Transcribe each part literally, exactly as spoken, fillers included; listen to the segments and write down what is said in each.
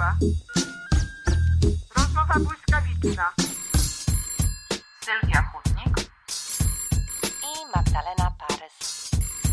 Miastowa. Rozmowa błyskawiczna. Sylwia Chudnik i Magdalena Parys.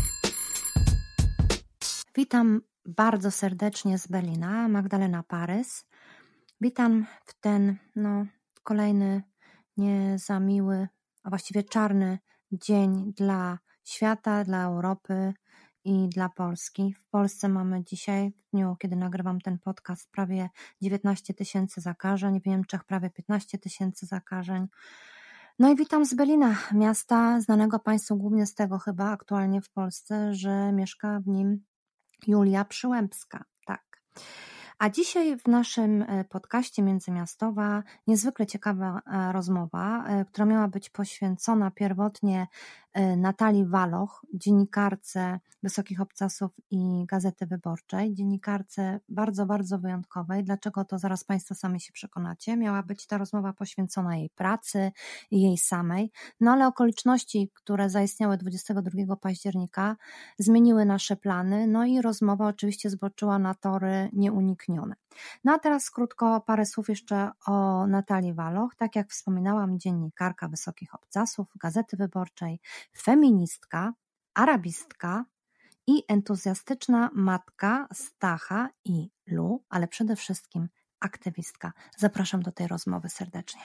Witam bardzo serdecznie z Berlina, Magdalena Parys. Witam w ten no, kolejny nie za miły, a właściwie czarny dzień dla świata, dla Europy i dla Polski. W Polsce mamy dzisiaj, w dniu, kiedy nagrywam ten podcast, prawie dziewiętnaście tysięcy zakażeń, w Niemczech prawie piętnaście tysięcy zakażeń. No i witam z Berlina, miasta znanego Państwu głównie z tego chyba aktualnie w Polsce, że mieszka w nim Julia Przyłębska. Tak. A dzisiaj w naszym podcaście Międzymiastowa niezwykle ciekawa rozmowa, która miała być poświęcona pierwotnie Natalii Waloch, dziennikarce Wysokich Obcasów i Gazety Wyborczej, dziennikarce bardzo, bardzo wyjątkowej. Dlaczego, to zaraz Państwo sami się przekonacie. Miała być ta rozmowa poświęcona jej pracy i jej samej, no ale okoliczności, które zaistniały dwudziestego drugiego października, zmieniły nasze plany, no i rozmowa oczywiście zboczyła na tory nieuniknione. No a teraz krótko parę słów jeszcze o Natalii Waloch. Tak jak wspominałam, dziennikarka Wysokich Obcasów, Gazety Wyborczej, feministka, arabistka i entuzjastyczna matka Stacha i Lu, ale przede wszystkim aktywistka. Zapraszam do tej rozmowy serdecznie.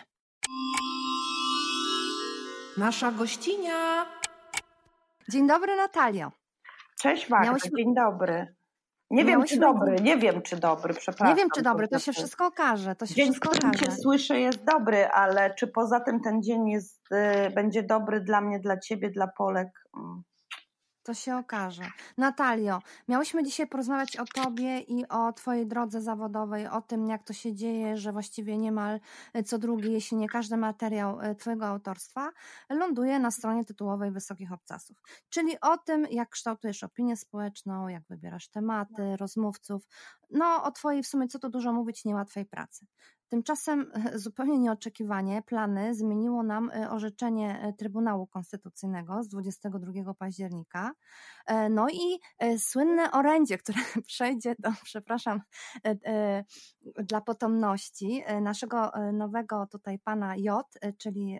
Nasza gościnia. Dzień dobry, Natalio. Cześć Magda, Miałyśmy... dzień dobry. Nie wiem, Miałyśmy... czy dobry, nie wiem, czy dobry, przepraszam. Nie wiem, czy dobry, to się wszystko okaże. To się dzień, wszystko w którym okaże. Cię słyszę, jest dobry, ale czy poza tym ten dzień jest, y, będzie dobry dla mnie, dla Ciebie, dla Polek? Mm. To się okaże. Natalio, miałyśmy dzisiaj porozmawiać o Tobie i o Twojej drodze zawodowej, o tym, jak to się dzieje, że właściwie niemal co drugi, jeśli nie każdy materiał Twojego autorstwa ląduje na stronie tytułowej Wysokich Obcasów. Czyli o tym, jak kształtujesz opinię społeczną, jak wybierasz tematy, rozmówców, no o Twojej w sumie, co tu dużo mówić, niełatwej pracy. Tymczasem zupełnie nieoczekiwanie plany zmieniło nam orzeczenie Trybunału Konstytucyjnego z dwudziestego drugiego października. No i słynne orędzie, które przejdzie do, przepraszam, dla potomności naszego nowego tutaj pana J, czyli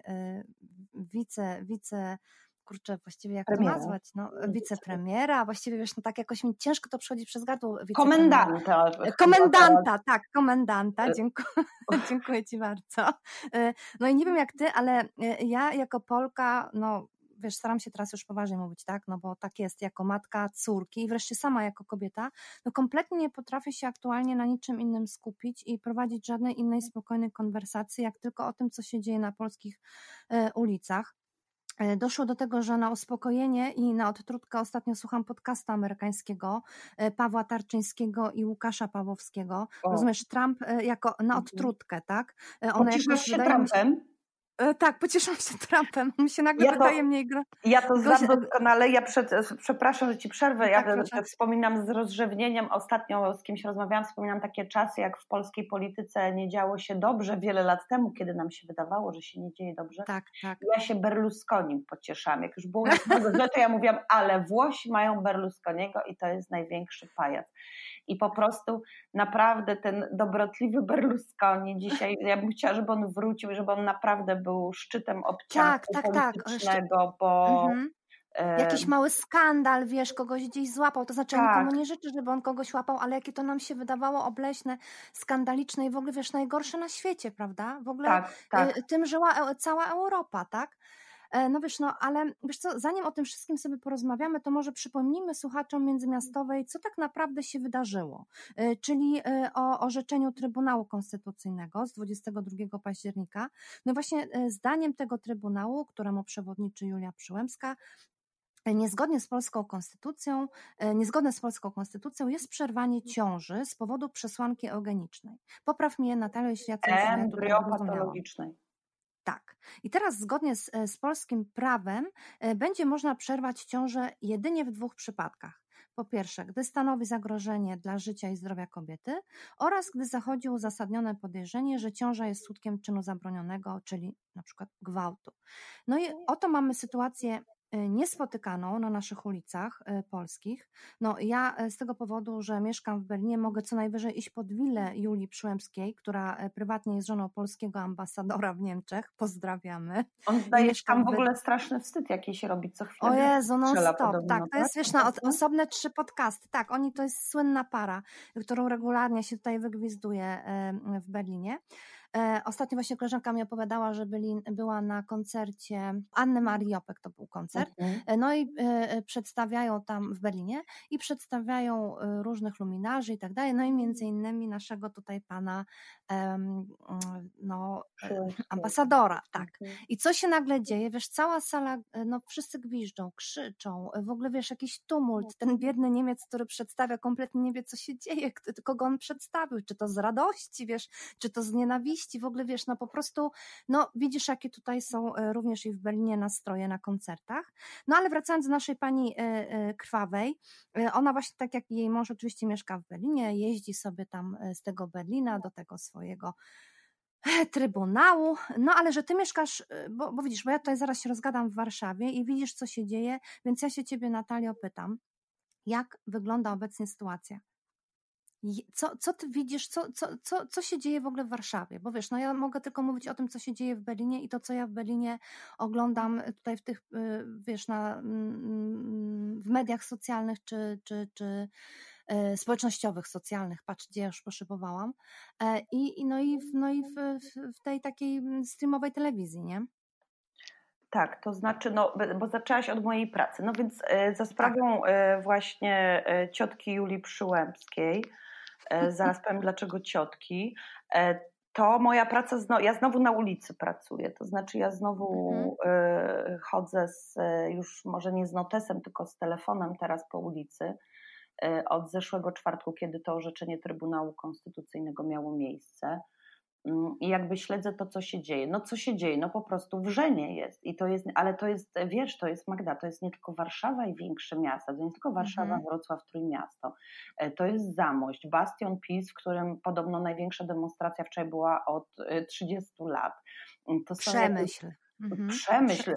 wice, wice kurczę, właściwie jak Premiera. to nazwać, no, wicepremiera, właściwie wiesz, no tak jakoś mi ciężko to przechodzi przez gardło. Komendanta. Komendanta, tak, komendanta, dziękuję, dziękuję Ci bardzo. No i nie wiem jak Ty, ale ja jako Polka, no wiesz, staram się teraz już poważnie mówić, tak, no bo tak jest, jako matka córki i wreszcie sama jako kobieta, no kompletnie nie potrafię się aktualnie na niczym innym skupić i prowadzić żadnej innej spokojnej konwersacji, jak tylko o tym, co się dzieje na polskich ulicach. Doszło do tego, że na uspokojenie i na odtrutkę ostatnio słucham podcastu amerykańskiego Pawła Tarczyńskiego i Łukasza Pawłowskiego. O. Rozumiesz, Trump jako na odtrutkę, tak? One Pocieszasz się Trumpem? Tak, pocieszam się Trumpem. Mi się nagle ja wydaje to, mniej gro... Ja to znam doskonale. Ja przed, przepraszam, że Ci przerwę. Ja tak, wspominam z rozrzewnieniem. Ostatnio z kimś rozmawiałam, wspominam takie czasy, jak w polskiej polityce nie działo się dobrze wiele lat temu, kiedy nam się wydawało, że się nie dzieje dobrze. Tak, tak. Ja się Berlusconim pocieszam. Jak już było źle, to ja mówiłam, ale Włosi mają Berlusconiego i to jest największy pajac. I po prostu naprawdę ten dobrotliwy Berlusconi dzisiaj, ja bym chciała, żeby on wrócił, żeby on naprawdę był szczytem obciążenia tak, tak, politycznego, tak. bo... Mhm. Jakiś mały skandal, wiesz, kogoś gdzieś złapał, to znaczy tak. Nikomu nie życzę, żeby on kogoś łapał, ale jakie to nam się wydawało obleśne, skandaliczne i w ogóle, wiesz, najgorsze na świecie, prawda? W ogóle tak, tak. tym żyła cała Europa, tak? No wiesz, no ale wiesz co, zanim o tym wszystkim sobie porozmawiamy, to może przypomnijmy słuchaczom Międzymiastowej, co tak naprawdę się wydarzyło, czyli o orzeczeniu Trybunału Konstytucyjnego z dwudziestego drugiego października. No właśnie zdaniem tego Trybunału, któremu przewodniczy Julia Przyłębska, Niezgodnie z polską konstytucją, niezgodne z polską konstytucją jest przerwanie ciąży z powodu przesłanki eugenicznej. Popraw mnie, Natalio, jeśli ja coś embriopatologicznej. Tak. I teraz zgodnie z, z polskim prawem będzie można przerwać ciążę jedynie w dwóch przypadkach. Po pierwsze, gdy stanowi zagrożenie dla życia i zdrowia kobiety oraz gdy zachodzi uzasadnione podejrzenie, że ciąża jest skutkiem czynu zabronionego, czyli na przykład gwałtu. No i oto mamy sytuację niespotykaną na naszych ulicach polskich. No ja z tego powodu, że mieszkam w Berlinie, mogę co najwyżej iść pod willę Julii Przyłębskiej, która prywatnie jest żoną polskiego ambasadora w Niemczech. Pozdrawiamy. On zdaje się tam w ogóle straszny wstyd jakiś robić co chwilę. O Jezu, non stop. Podobno, tak, to tak? jest wiesz, na osobne trzy podcasty. Tak, oni to jest słynna para, którą regularnie się tutaj wygwizduje w Berlinie. Ostatnio właśnie koleżanka mi opowiadała, że byli, była na koncercie Anny Marii Jopek, to był koncert, mhm. no i przedstawiają tam w Berlinie i przedstawiają różnych luminarzy i tak dalej, no i między innymi naszego tutaj pana no, ambasadora, tak. I co się nagle dzieje, wiesz, cała sala, no wszyscy gwiżdżą, krzyczą, w ogóle wiesz, jakiś tumult, ten biedny Niemiec, który przedstawia, kompletnie nie wie, co się dzieje, kogo on przedstawił, czy to z radości, wiesz, czy to z nienawiści, w ogóle wiesz, no po prostu, no widzisz, jakie tutaj są również i w Berlinie nastroje na koncertach. No ale wracając do naszej pani Krwawej, ona właśnie tak jak jej mąż oczywiście mieszka w Berlinie, jeździ sobie tam z tego Berlina do tego swojego Trybunału, no ale że ty mieszkasz, bo, bo widzisz, bo ja tutaj zaraz się rozgadam w Warszawie i widzisz, co się dzieje, więc ja się ciebie, Natalio, pytam, jak wygląda obecnie sytuacja? Co, co ty widzisz, co, co, co, co się dzieje w ogóle w Warszawie? Bo wiesz, no ja mogę tylko mówić o tym, co się dzieje w Berlinie i to, co ja w Berlinie oglądam tutaj w tych, wiesz, na, w mediach socjalnych czy, czy, czy społecznościowych, socjalnych, patrz, gdzie ja już poszybowałam. I, i no i, w, no i w, w tej takiej streamowej telewizji, nie? Tak, to znaczy, no, bo zaczęłaś od mojej pracy, no więc za sprawą tak. właśnie ciotki Julii Przyłębskiej, zaraz powiem dlaczego ciotki, to moja praca, ja znowu na ulicy pracuję, to znaczy ja znowu mhm. chodzę z, już może nie z notesem, tylko z telefonem teraz po ulicy od zeszłego czwartku, kiedy to orzeczenie Trybunału Konstytucyjnego miało miejsce. I jakby śledzę to, co się dzieje. No co się dzieje? No po prostu wrzenie jest. I to jest, ale to jest, wiesz, to jest Magda, to jest nie tylko Warszawa i większe miasta, to nie tylko Warszawa, mhm. Wrocław, Trójmiasto. To jest Zamość, bastion PiS, w którym podobno największa demonstracja wczoraj była od trzydziestu lat. To Przemyśl. Mhm. Przemyśl,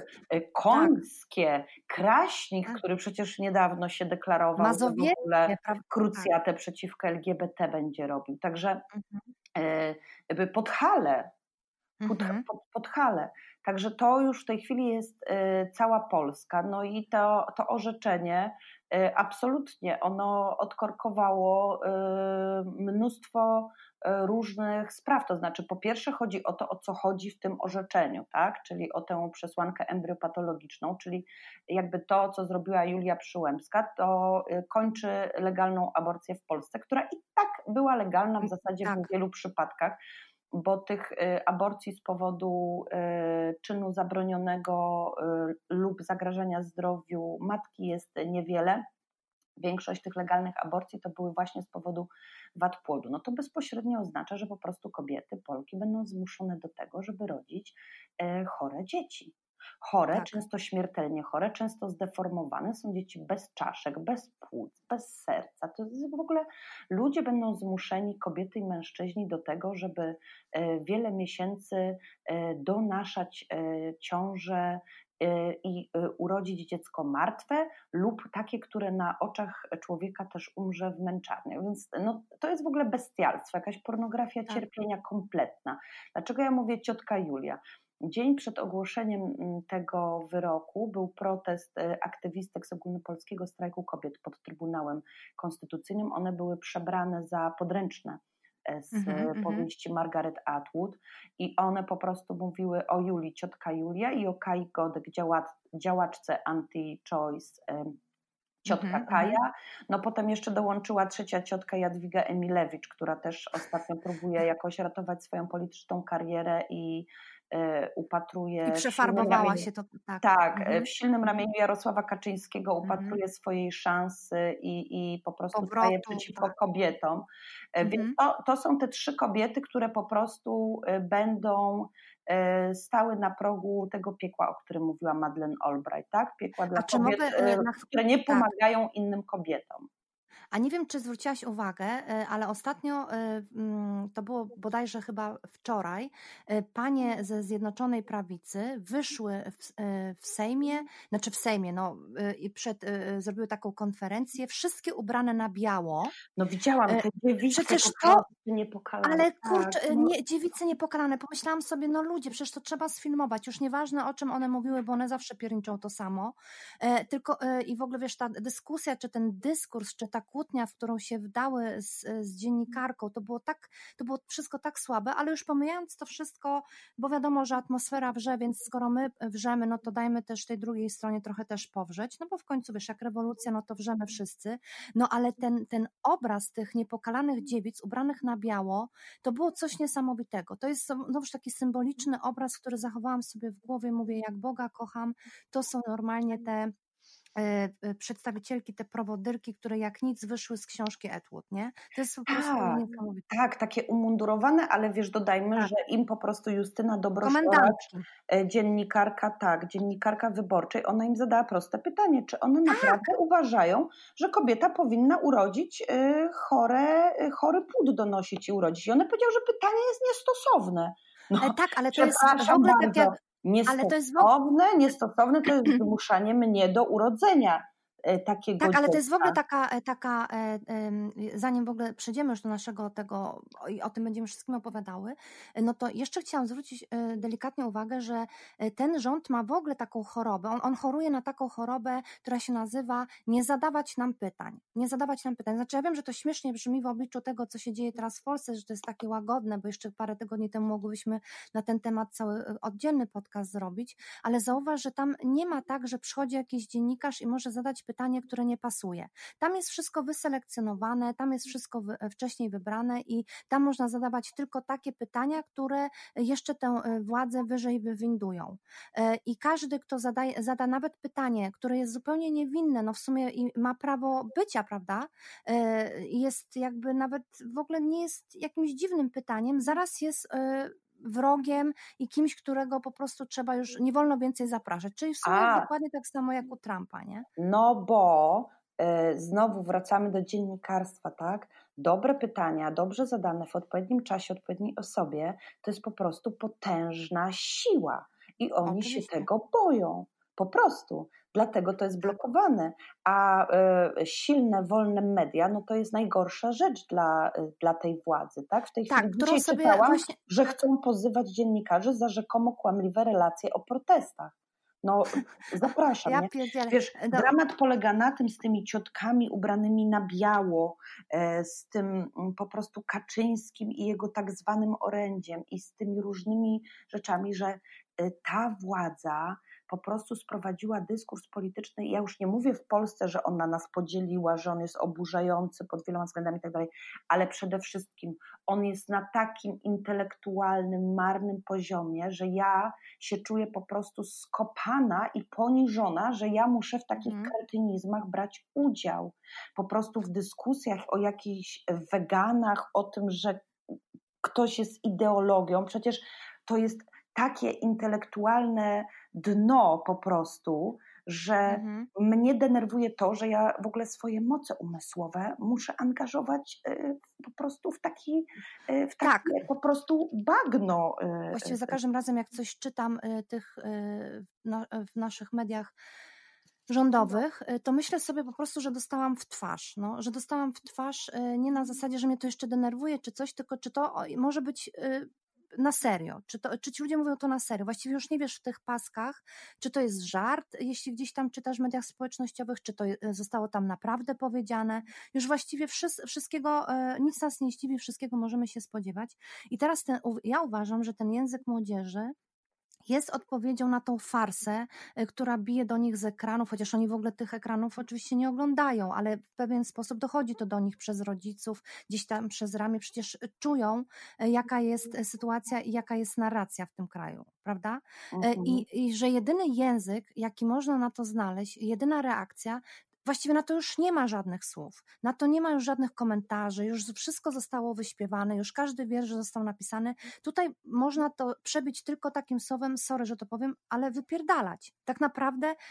Końskie, tak. Kraśnik, tak. który przecież niedawno się deklarował, Mazowieckie, że w ogóle krucjatę tak. przeciwko L G B T będzie robił. Także mhm. y, Podhale, pod, mhm. pod, Podhale. Także to już w tej chwili jest y, cała Polska. No i to, to orzeczenie y, absolutnie ono odkorkowało y, mnóstwo różnych spraw, to znaczy po pierwsze chodzi o to, o co chodzi w tym orzeczeniu, tak? Czyli o tę przesłankę embryopatologiczną, czyli jakby to, co zrobiła Julia Przyłębska, to kończy legalną aborcję w Polsce, która i tak była legalna w zasadzie tak. w wielu przypadkach, bo tych aborcji z powodu czynu zabronionego lub zagrażenia zdrowiu matki jest niewiele. Większość tych legalnych aborcji to były właśnie z powodu wad płodu. No to bezpośrednio oznacza, że po prostu kobiety, Polki będą zmuszone do tego, żeby rodzić chore dzieci. Chore, tak. często śmiertelnie chore, często zdeformowane. Są dzieci bez czaszek, bez płuc, bez serca. To jest w ogóle ludzie będą zmuszeni, kobiety i mężczyźni, do tego, żeby wiele miesięcy donaszać ciążę i urodzić dziecko martwe lub takie, które na oczach człowieka też umrze w męczarniach. Więc no, to jest w ogóle bestialstwo, jakaś pornografia tak. cierpienia kompletna. Dlaczego ja mówię ciotka Julia? Dzień przed ogłoszeniem tego wyroku był protest aktywistek z ogólnopolskiego strajku kobiet pod Trybunałem Konstytucyjnym. One były przebrane za podręczne z mm-hmm, powieści mm-hmm. Margaret Atwood i one po prostu mówiły o Julii, ciotka Julia, i o Kai Godek, działacz, działaczce anti-choice, ciotka mm-hmm, Kaja. No potem jeszcze dołączyła trzecia ciotka Jadwiga Emilewicz, która też ostatnio próbuje jakoś ratować swoją polityczną karierę i upatruje... I przefarbowała się to tak. Tak, mhm. w silnym ramieniu Jarosława Kaczyńskiego upatruje mhm. swojej szansy i, i po prostu Powrotu, staje przeciwko tak. kobietom. Mhm. Więc to, to są te trzy kobiety, które po prostu będą stały na progu tego piekła, o którym mówiła Madeleine Albright, tak? Piekła dla kobiet, mogę, które nie pomagają tak. innym kobietom. A nie wiem, czy zwróciłaś uwagę, e, ale ostatnio, e, mm, to było bodajże chyba wczoraj, e, panie ze Zjednoczonej Prawicy wyszły w, e, w Sejmie, znaczy w Sejmie, no e, i przed, e, zrobiły taką konferencję, wszystkie ubrane na biało. No widziałam E, te dziewice Przecież po to, prostu niepokalane. ale Tak, kurczę, e, no. nie, dziewice niepokalane. Pomyślałam sobie, no ludzie, przecież to trzeba sfilmować. Już nieważne, o czym one mówiły, bo one zawsze pierniczą to samo. E, tylko e, i w ogóle wiesz, ta dyskusja, czy ten dyskurs, czy ta kłótnia, w którą się wdały z, z dziennikarką, to było tak, to było wszystko tak słabe, ale już pomijając to wszystko, bo wiadomo, że atmosfera wrze, więc skoro my wrzemy, no to dajmy też tej drugiej stronie trochę też powrzeć, no bo w końcu wiesz, jak rewolucja, no to wrzemy wszyscy. No ale ten, ten obraz tych niepokalanych dziewic ubranych na biało, to było coś niesamowitego. To jest znowuż taki symboliczny obraz, który zachowałam sobie w głowie, mówię, jak Boga kocham, to są normalnie te e, przedstawicielki, te prowodyrki, które jak nic wyszły z książki Atwood, nie? To jest po prostu Tak, niesamowite. tak, takie umundurowane, ale wiesz, dodajmy, Tak. że im po prostu Justyna Dobrosz-Oracz, Komendantki. e, dziennikarka, tak, dziennikarka wyborczej, ona im zadała proste pytanie, czy one naprawdę uważają, że kobieta powinna urodzić e, chore, e, chory płód donosić i urodzić. I one powiedziały, że pytanie jest niestosowne. No, E, tak, ale to jest w przepraszam ogóle tak bardzo, jak... Ale to jest w ogóle... niestosowne, niestosowne to jest wymuszanie mnie do urodzenia e, takiego Tak, ale to jest w dziecka. ogóle taka, e, taka e, em, zanim w ogóle przejdziemy już do naszego tego o- i o tym będziemy wszystkim opowiadały, e, no to jeszcze chciałam zwrócić e, delikatnie uwagę, że e, ten rząd ma w ogóle taką chorobę, on, on choruje na taką chorobę, która się nazywa nie zadawać nam pytań, nie zadawać nam pytań. Znaczy ja wiem, że to śmiesznie brzmi w obliczu tego, co się dzieje teraz w Polsce, że to jest takie łagodne, bo jeszcze parę tygodni temu mogłyśmy na ten temat cały e, oddzielny podcast zrobić, ale zauważ, że tam nie ma tak, że przychodzi jakiś dziennikarz i może zadać pytanie, które nie pasuje. Tam jest wszystko wyselekcjonowane, tam jest wszystko wy, wcześniej wybrane i tam można zadawać tylko takie pytania, które jeszcze tę władzę wyżej wywindują. I każdy, kto zadaje, zada nawet pytanie, które jest zupełnie niewinne, no w sumie i ma prawo bycia, prawda? Jest jakby nawet w ogóle nie jest jakimś dziwnym pytaniem, zaraz jest wrogiem i kimś, którego po prostu trzeba już, nie wolno więcej zapraszać. Czyli w sumie A. dokładnie tak samo jak u Trumpa, nie? No bo y, znowu wracamy do dziennikarstwa, tak? Dobre pytania, dobrze zadane w odpowiednim czasie, odpowiedniej osobie, to jest po prostu potężna siła i oni Oczywiście. się tego boją. Po prostu. Dlatego to jest blokowane. A y, silne, wolne media, no to jest najgorsza rzecz dla, y, dla tej władzy, tak? W tej Tak, chwili którą dzisiaj sobie czytałam, właśnie... że chcą pozywać dziennikarzy za rzekomo kłamliwe relacje o protestach. No zapraszam, Ja nie? pierdzielę. Wiesz, No, dramat polega na tym z tymi ciotkami ubranymi na biało, e, z tym mm, po prostu Kaczyńskim i jego tak zwanym orędziem i z tymi różnymi rzeczami, że e, ta władza po prostu sprowadziła dyskurs polityczny. Ja już nie mówię w Polsce, że ona nas podzieliła, że on jest oburzający pod wieloma względami i tak dalej, ale przede wszystkim on jest na takim intelektualnym, marnym poziomie, że ja się czuję po prostu skopana i poniżona, że ja muszę w takich Mhm. kretynizmach brać udział. Po prostu w dyskusjach o jakichś weganach, o tym, że ktoś jest ideologią, przecież to jest takie intelektualne dno po prostu, że Mhm. mnie denerwuje to, że ja w ogóle swoje moce umysłowe muszę angażować y, po prostu w taki, y, w takie Tak. po prostu bagno. y, Właściwie za każdym razem, jak coś czytam y, tych y, na, w naszych mediach rządowych, y, to myślę sobie po prostu, że dostałam w twarz, no, że dostałam w twarz y, nie na zasadzie, że mnie to jeszcze denerwuje czy coś, tylko czy to o, może być y, na serio, czy, to, czy ci ludzie mówią to na serio, właściwie już nie wiesz w tych paskach, czy to jest żart, jeśli gdzieś tam czytasz w mediach społecznościowych, czy to y, zostało tam naprawdę powiedziane, już właściwie wszys- wszystkiego, y, nic nas nie zdziwi, wszystkiego możemy się spodziewać i teraz ten, u- ja uważam, że ten język młodzieży jest odpowiedzią na tą farsę, y, która bije do nich z ekranów, chociaż oni w ogóle tych ekranów oczywiście nie oglądają, ale w pewien sposób dochodzi to do nich przez rodziców, gdzieś tam przez ramię, przecież y, czują, y, jaka jest y, sytuacja i jaka jest narracja w tym kraju, prawda? Y, Mhm. I, I że jedyny język, jaki można na to znaleźć, jedyna reakcja, właściwie na to już nie ma żadnych słów, na to nie ma już żadnych komentarzy, już wszystko zostało wyśpiewane, już każdy wiersz został napisany. Tutaj można to przebić tylko takim słowem, sorry, że to powiem, ale wypierdalać. Tak naprawdę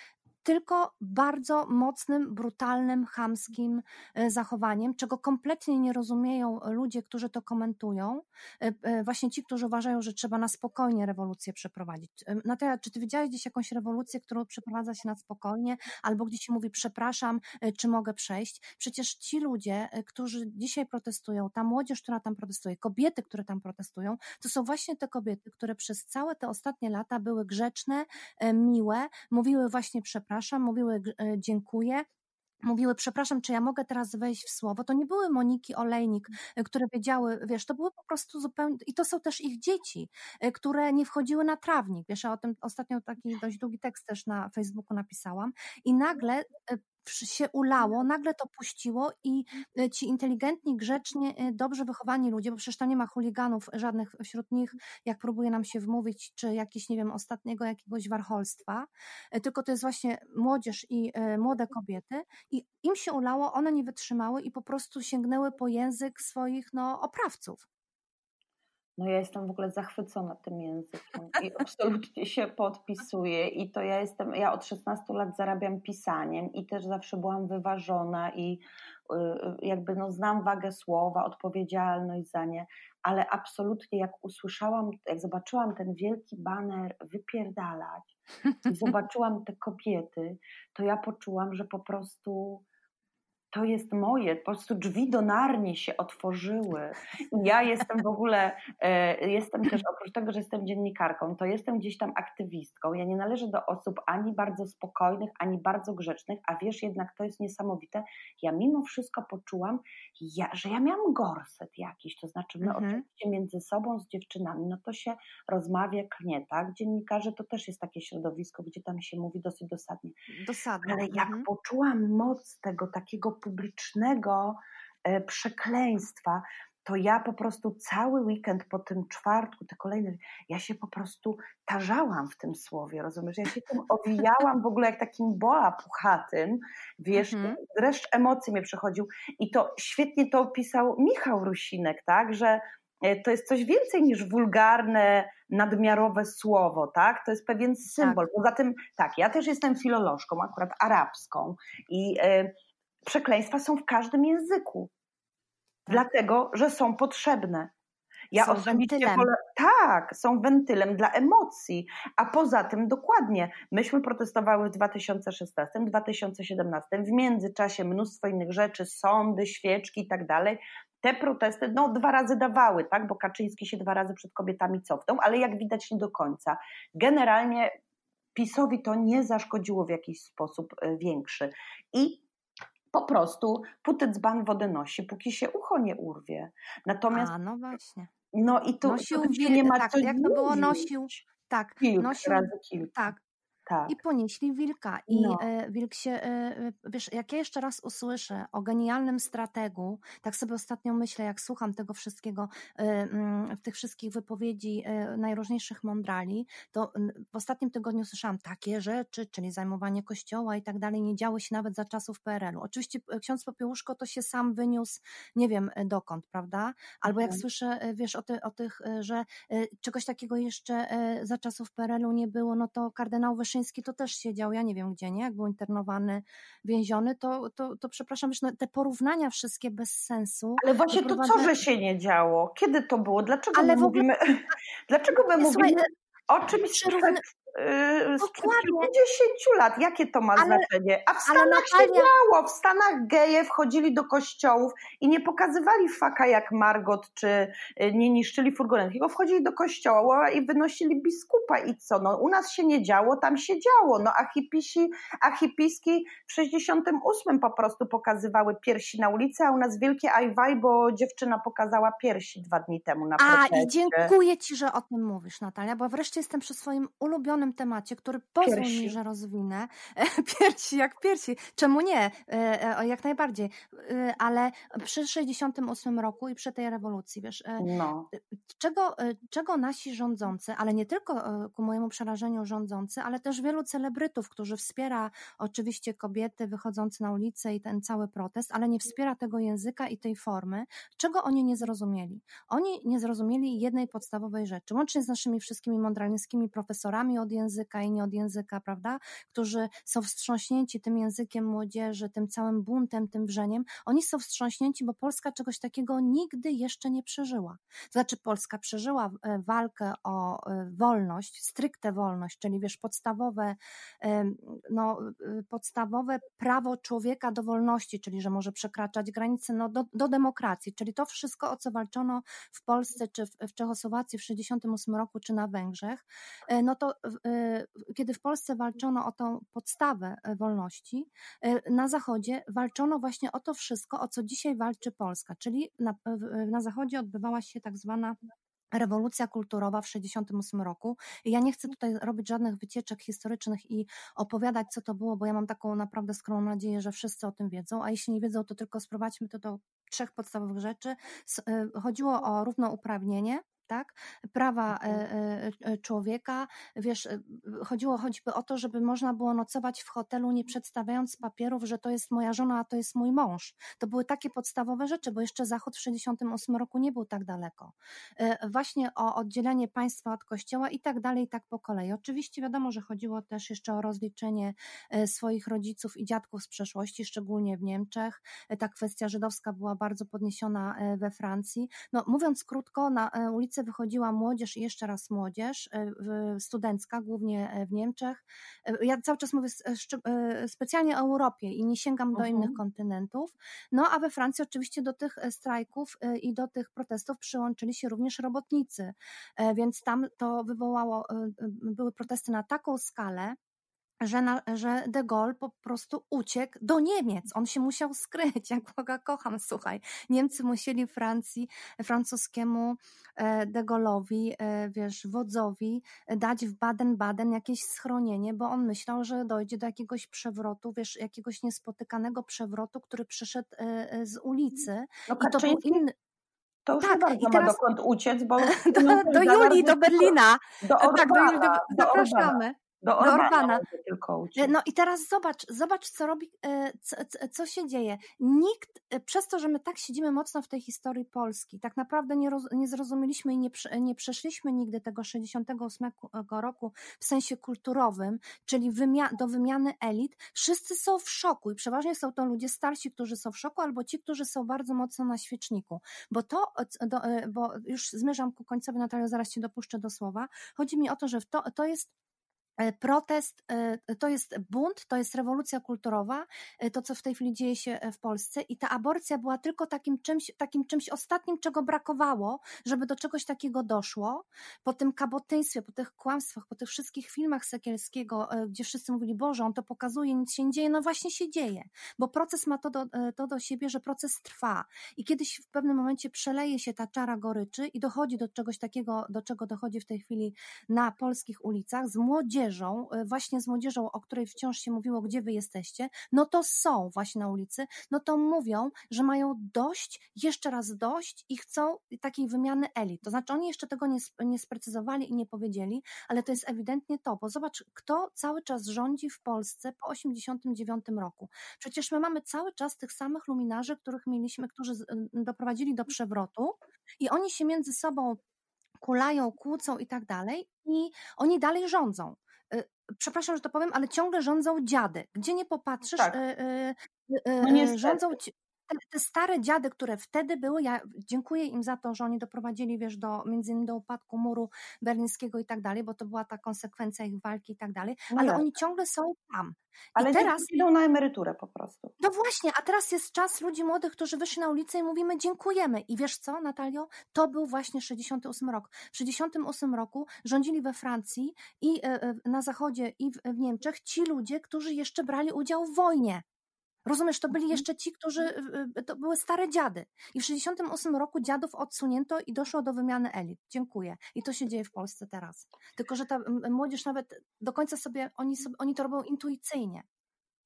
tylko bardzo mocnym, brutalnym, chamskim zachowaniem, czego kompletnie nie rozumieją ludzie, którzy to komentują. Właśnie ci, którzy uważają, że trzeba na spokojnie rewolucję przeprowadzić. Natalia, czy ty widziałeś gdzieś jakąś rewolucję, którą przeprowadza się na spokojnie, albo gdzieś się mówi przepraszam, czy mogę przejść? Przecież ci ludzie, którzy dzisiaj protestują, ta młodzież, która tam protestuje, kobiety, które tam protestują, to są właśnie te kobiety, które przez całe te ostatnie lata były grzeczne, miłe, mówiły właśnie przepraszam, mówiły dziękuję, mówiły, przepraszam, czy ja mogę teraz wejść w słowo. To nie były Moniki Olejnik, które wiedziały, wiesz, to były po prostu zupełnie, i to są też ich dzieci, które nie wchodziły na trawnik. Wiesz, ja o tym ostatnio taki dość długi tekst też na Facebooku napisałam i nagle się ulało, nagle to puściło i ci inteligentni, grzecznie, dobrze wychowani ludzie, bo przecież tam nie ma chuliganów żadnych wśród nich, jak próbuje nam się wmówić, czy jakiś, nie wiem, ostatniego jakiegoś warcholstwa, tylko to jest właśnie młodzież i młode kobiety i im się ulało, one nie wytrzymały i po prostu sięgnęły po język swoich, no, oprawców. No ja jestem w ogóle zachwycona tym językiem i absolutnie się podpisuję i to ja jestem, ja od szesnastu lat zarabiam pisaniem i też zawsze byłam wyważona i jakby no znam wagę słowa, odpowiedzialność za nie, ale absolutnie jak usłyszałam, jak zobaczyłam ten wielki baner wypierdalać i zobaczyłam te kobiety, to ja poczułam, że po prostu to jest moje, po prostu drzwi do Narni się otworzyły. I ja jestem w ogóle, e, jestem też, oprócz tego, że jestem dziennikarką, to jestem gdzieś tam aktywistką. Ja nie należę do osób ani bardzo spokojnych, ani bardzo grzecznych, a wiesz, jednak to jest niesamowite. Ja mimo wszystko poczułam, ja, że ja miałam gorset jakiś, to znaczy my mhm. oczywiście między sobą z dziewczynami, no to się rozmawia, klnie, tak? Dziennikarze to też jest takie środowisko, gdzie tam się mówi dosyć dosadnie. Dosadnie. Ale jak mhm. poczułam moc tego takiego publicznego e, przekleństwa, to ja po prostu cały weekend po tym czwartku, te kolejne, ja się po prostu tarzałam w tym słowie, rozumiesz? Ja się tym owijałam w ogóle jak takim boa puchatym, wiesz, mhm. dreszcz emocji mnie przechodził i to świetnie to opisał Michał Rusinek, tak, że to jest coś więcej niż wulgarne, nadmiarowe słowo, tak? To jest pewien symbol. Tak. Poza tym, tak, ja też jestem filolożką, akurat arabską i y, przekleństwa są w każdym języku. Tak. Dlatego, że są potrzebne. Ja są osobiście wentylem. Pole... Tak, są wentylem dla emocji. A poza tym dokładnie, myśmy protestowały w dwa tysiące szesnastym, dwa tysiące siedemnastym, w międzyczasie mnóstwo innych rzeczy, sądy, świeczki i tak dalej. Te protesty no, dwa razy dawały, tak, bo Kaczyński się dwa razy przed kobietami cofnął, ale jak widać nie do końca. Generalnie PiS-owi to nie zaszkodziło w jakiś sposób większy. I po prostu putycban wodę nosi, póki się ucho nie urwie. Natomiast, A, no właśnie. No i tu, nosił tu wilk, nie ma tak, co jak to było, nosił, tak, kilk nosił, razy kilka. tak. Tak. I ponieśli wilka. I no. e, wilk się, e, wiesz, jak ja jeszcze raz usłyszę o genialnym strategu, tak sobie ostatnio myślę, jak słucham tego wszystkiego, e, tych wszystkich wypowiedzi e, najróżniejszych mądrali, to w ostatnim tygodniu słyszałam takie rzeczy, czyli zajmowanie kościoła i tak dalej, nie działy się nawet za czasów P R L u. Oczywiście ksiądz Popiełuszko to się sam wyniósł, nie wiem dokąd, prawda? Albo jak mhm. słyszę, wiesz, o, ty, o tych, że czegoś takiego jeszcze za czasów P R L u nie było, no to kardynał Wyszyński to też siedział, ja nie wiem gdzie, nie? Jak był internowany, więziony, to, to, to przepraszam, wiesz, no, te porównania wszystkie bez sensu. Ale właśnie doprowadza... to co, że się nie działo? Kiedy to było? Dlaczego Ale my ogóle... mówimy, dlaczego my mówimy Słuchaj, o czymś przyrówny... sprzed kilkudziesięciu lat? Jakie to ma ale, znaczenie? A w Stanach Natalia... się działo. W Stanach geje wchodzili do kościołów i nie pokazywali faka jak Margot, czy nie niszczyli furgonetki, tylko wchodzili do kościoła i wynosili biskupa i co? No u nas się nie działo, tam się działo. No a hipisi, a hipiski w sześćdziesiątym ósmym po prostu pokazywały piersi na ulicy, a u nas wielkie ajwaj, bo dziewczyna pokazała piersi dwa dni temu na proteście. A i dziękuję Ci, że o tym mówisz, Natalia, bo wreszcie jestem przy swoim ulubionym temacie, który pozwól piersi. mi, że rozwinę. Piersi jak piersi. Czemu nie? Jak najbardziej. Ale przy sześćdziesiątym ósmym roku i przy tej rewolucji, wiesz, no. czego, czego nasi rządzący, ale nie tylko ku mojemu przerażeniu rządzący, ale też wielu celebrytów, którzy wspiera oczywiście kobiety wychodzące na ulicę i ten cały protest, ale nie wspiera tego języka i tej formy, czego oni nie zrozumieli? Oni nie zrozumieli jednej podstawowej rzeczy, łącznie z naszymi wszystkimi mądralińskimi profesorami od języka i nie od języka, prawda, którzy są wstrząśnięci tym językiem młodzieży, tym całym buntem, tym wrzeniem, oni są wstrząśnięci, bo Polska czegoś takiego nigdy jeszcze nie przeżyła. To znaczy Polska przeżyła walkę o wolność, stricte wolność, czyli wiesz, podstawowe, no, podstawowe prawo człowieka do wolności, czyli że może przekraczać granice, no, do, do demokracji, czyli to wszystko, o co walczono w Polsce, czy w, w Czechosłowacji w sześćdziesiątym ósmym roku, czy na Węgrzech, no to kiedy w Polsce walczono o tą podstawę wolności, na Zachodzie walczono właśnie o to wszystko, o co dzisiaj walczy Polska, czyli na, na Zachodzie odbywała się tak zwana rewolucja kulturowa w sześćdziesiątym ósmym roku. I ja nie chcę tutaj robić żadnych wycieczek historycznych i opowiadać, co to było, bo ja mam taką naprawdę skromną nadzieję, że wszyscy o tym wiedzą, a jeśli nie wiedzą, to tylko sprowadźmy to do trzech podstawowych rzeczy. Chodziło o równouprawnienie, tak? Prawa człowieka, wiesz, chodziło choćby o to, żeby można było nocować w hotelu, nie przedstawiając papierów, że to jest moja żona, a to jest mój mąż. To były takie podstawowe rzeczy, bo jeszcze Zachód w sześćdziesiątym ósmym roku nie był tak daleko. Właśnie o oddzielenie państwa od kościoła i tak dalej, i tak po kolei. Oczywiście wiadomo, że chodziło też jeszcze o rozliczenie swoich rodziców i dziadków z przeszłości, szczególnie w Niemczech. Ta kwestia żydowska była bardzo podniesiona we Francji. No, mówiąc krótko, na ulicę wychodziła młodzież i jeszcze raz młodzież studencka, głównie w Niemczech. Ja cały czas mówię specjalnie o Europie i nie sięgam do uh-huh. innych kontynentów. No a we Francji oczywiście do tych strajków i do tych protestów przyłączyli się również robotnicy, więc tam to wywołało, były protesty na taką skalę, Że, na, że de Gaulle po prostu uciekł do Niemiec. On się musiał skryć, jak Boga kocham, słuchaj. Niemcy musieli Francji, francuskiemu de Gaulle'owi, wiesz, wodzowi dać w Baden-Baden jakieś schronienie, bo on myślał, że dojdzie do jakiegoś przewrotu, wiesz, jakiegoś niespotykanego przewrotu, który przyszedł z ulicy. No, I to był inny... To już tak, nie bardzo teraz... ma dokąd uciec, bo... do, do Julii, do Berlina. Do Orbana, tak, do Julii, do... do zapraszamy. Do Orbana. Do Orbana. Tylko no i teraz zobacz, zobacz co robi, co, co się dzieje. Nikt, przez to, że my tak siedzimy mocno w tej historii Polski, tak naprawdę nie, roz, nie zrozumieliśmy i nie, nie przeszliśmy nigdy tego sześćdziesiątego ósmego roku w sensie kulturowym, czyli wymia- do wymiany elit. Wszyscy są w szoku i przeważnie są to ludzie starsi, którzy są w szoku, albo ci, którzy są bardzo mocno na świeczniku. Bo to, do, bo już zmierzam ku końcowi, Natalio, zaraz Cię dopuszczę do słowa. Chodzi mi o to, że to, to jest protest, to jest bunt, to jest rewolucja kulturowa, to co w tej chwili dzieje się w Polsce i ta aborcja była tylko takim czymś, takim czymś ostatnim, czego brakowało, żeby do czegoś takiego doszło. Po tym kabotyństwie, po tych kłamstwach, po tych wszystkich filmach Sekielskiego, gdzie wszyscy mówili, Boże, on to pokazuje, nic się nie dzieje, no właśnie się dzieje, bo proces ma to do, to do siebie, że proces trwa i kiedyś w pewnym momencie przeleje się ta czara goryczy i dochodzi do czegoś takiego, do czego dochodzi w tej chwili na polskich ulicach z młodzieżą, właśnie z młodzieżą, o której wciąż się mówiło, gdzie wy jesteście, no to są właśnie na ulicy, no to mówią, że mają dość, jeszcze raz dość i chcą takiej wymiany elit. To znaczy oni jeszcze tego nie, nie sprecyzowali i nie powiedzieli, ale to jest ewidentnie to, bo zobacz, kto cały czas rządzi w Polsce po osiemdziesiątym dziewiątym roku. Przecież my mamy cały czas tych samych luminarzy, których mieliśmy, którzy doprowadzili do przewrotu i oni się między sobą kulają, kłócą i tak dalej i oni dalej rządzą. Przepraszam, że to powiem, ale ciągle rządzą dziady. Gdzie nie popatrzysz, tak. y, y, y, no rządzą ci, te, te stare dziady, które wtedy były, ja dziękuję im za to, że oni doprowadzili, wiesz, do, między innymi do upadku muru berlińskiego i tak dalej, bo to była ta konsekwencja ich walki i tak dalej, no ale tak. oni ciągle są tam. Ale I teraz idą na emeryturę po prostu. No właśnie, a teraz jest czas ludzi młodych, którzy wyszli na ulicę i mówimy dziękujemy. I wiesz co, Natalio? To był właśnie sześćdziesiąty ósmy rok. W sześćdziesiątym ósmym roku rządzili we Francji i na Zachodzie i w Niemczech ci ludzie, którzy jeszcze brali udział w wojnie. Rozumiesz, to byli jeszcze ci, którzy, to były stare dziady. I w sześćdziesiątym ósmym roku dziadów odsunięto i doszło do wymiany elit. Dziękuję. I to się dzieje w Polsce teraz. Tylko że ta młodzież nawet do końca sobie, oni, sobie, oni to robią intuicyjnie.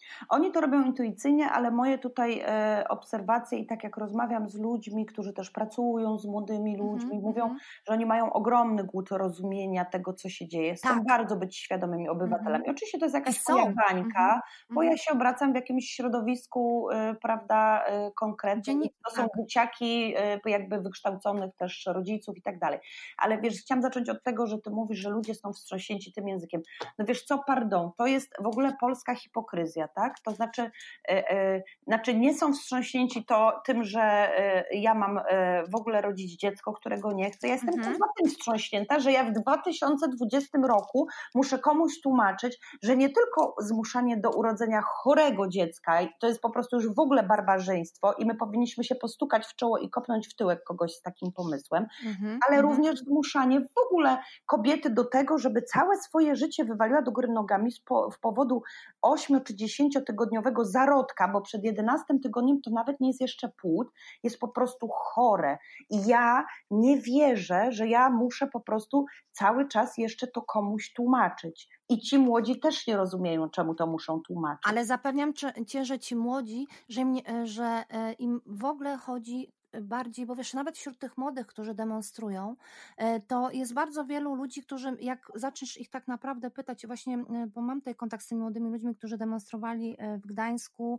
Oni to robią intuicyjnie, ale moje tutaj e, obserwacje i tak jak rozmawiam z ludźmi, którzy też pracują z młodymi ludźmi, Mhm, mówią, mhm. że oni mają ogromny głód rozumienia tego, co się dzieje. Chcą Tak. bardzo być świadomymi obywatelami. Mhm. Oczywiście to jest I jakaś są. moja Mhm, bańka, bo ja mhm. się obracam w jakimś środowisku, e, prawda, e, konkretnym. Dziennik- To są tak. buciaki e, jakby wykształconych też rodziców i tak dalej. Ale wiesz, chciałam zacząć od tego, że ty mówisz, że ludzie są wstrząśnięci tym językiem. No wiesz co, pardon, to jest w ogóle polska hipokryzja, tak? To znaczy, e, e, znaczy nie są wstrząśnięci to tym, że e, ja mam e, w ogóle rodzić dziecko, którego nie chcę. Ja jestem Mhm. kurwa tym wstrząśnięta, że ja w dwa tysiące dwudziestym roku muszę komuś tłumaczyć, że nie tylko zmuszanie do urodzenia chorego dziecka, i to jest po prostu już w ogóle barbarzyństwo i my powinniśmy się postukać w czoło i kopnąć w tyłek kogoś z takim pomysłem, Mhm. ale Mhm. również zmuszanie w ogóle kobiety do tego, żeby całe swoje życie wywaliła do góry nogami z po, w powodu ośmiu czy dziesięciotygodniowego zarodka, bo przed jedenastym tygodniem to nawet nie jest jeszcze płód, jest po prostu chore. I ja nie wierzę, że ja muszę po prostu cały czas jeszcze to komuś tłumaczyć. I ci młodzi też nie rozumieją, czemu to muszą tłumaczyć. Ale zapewniam cię, że ci młodzi, że im, że im w ogóle chodzi bardziej, bo wiesz, nawet wśród tych młodych, którzy demonstrują, to jest bardzo wielu ludzi, którzy jak zaczniesz ich tak naprawdę pytać, właśnie, bo mam tutaj kontakt z tymi młodymi ludźmi, którzy demonstrowali w Gdańsku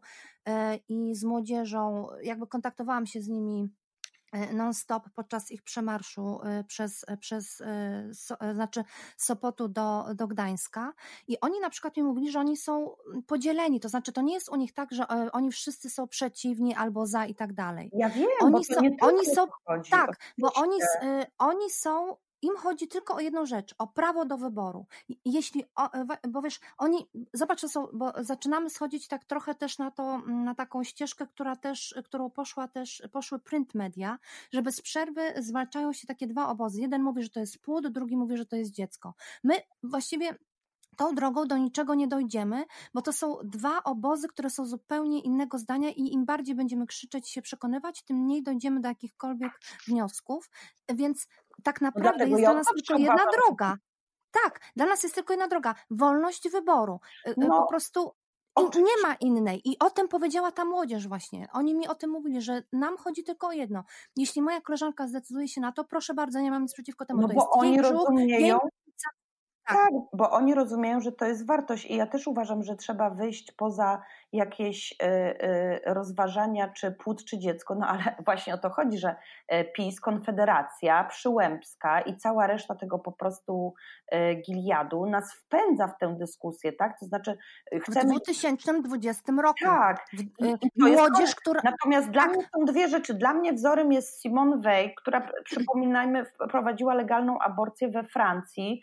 i z młodzieżą, jakby kontaktowałam się z nimi non-stop podczas ich przemarszu przez, przez so, znaczy Sopotu do, do Gdańska i oni na przykład mi mówili, że oni są podzieleni, to znaczy to nie jest u nich tak, że oni wszyscy są przeciwni albo za i tak dalej. Ja wiem, oni bo to są, nie tylko oni są chodzi, tak, oczywiście. bo oni, oni są im chodzi tylko o jedną rzecz, o prawo do wyboru. Jeśli, bo wiesz, oni, zobacz, co są, bo zaczynamy schodzić tak trochę też na to, na taką ścieżkę, która też, którą poszła też, poszły print media, że bez przerwy zwalczają się takie dwa obozy. Jeden mówi, że to jest płód, drugi mówi, że to jest dziecko. My właściwie tą drogą do niczego nie dojdziemy, bo to są dwa obozy, które są zupełnie innego zdania i im bardziej będziemy krzyczeć, się przekonywać, tym mniej dojdziemy do jakichkolwiek wniosków, więc tak naprawdę Dlatego jest ja dla nas tylko jedna uważam, droga. Tak, dla nas jest tylko jedna droga. Wolność wyboru. No, po prostu i nie ma innej. I o tym powiedziała ta młodzież właśnie. Oni mi o tym mówili, że nam chodzi tylko o jedno. Jeśli moja koleżanka zdecyduje się na to, proszę bardzo, nie mam nic przeciwko temu. No to bo jest oni jej brzuch, rozumieją, jej... Tak. tak, bo oni rozumieją, że to jest wartość i ja też uważam, że trzeba wyjść poza jakieś y, y, rozważania, czy płód, czy dziecko, no ale właśnie o to chodzi, że PiS, Konfederacja, Przyłębska i cała reszta tego po prostu y, Giliadu nas wpędza w tę dyskusję, tak? To znaczy chcemy... W dwa tysiące dwudziestym roku. Tak. Młodzież, która... Natomiast dla tak. mnie są dwie rzeczy. Dla mnie wzorem jest Simone Weil, która, przypominajmy, wprowadziła legalną aborcję we Francji,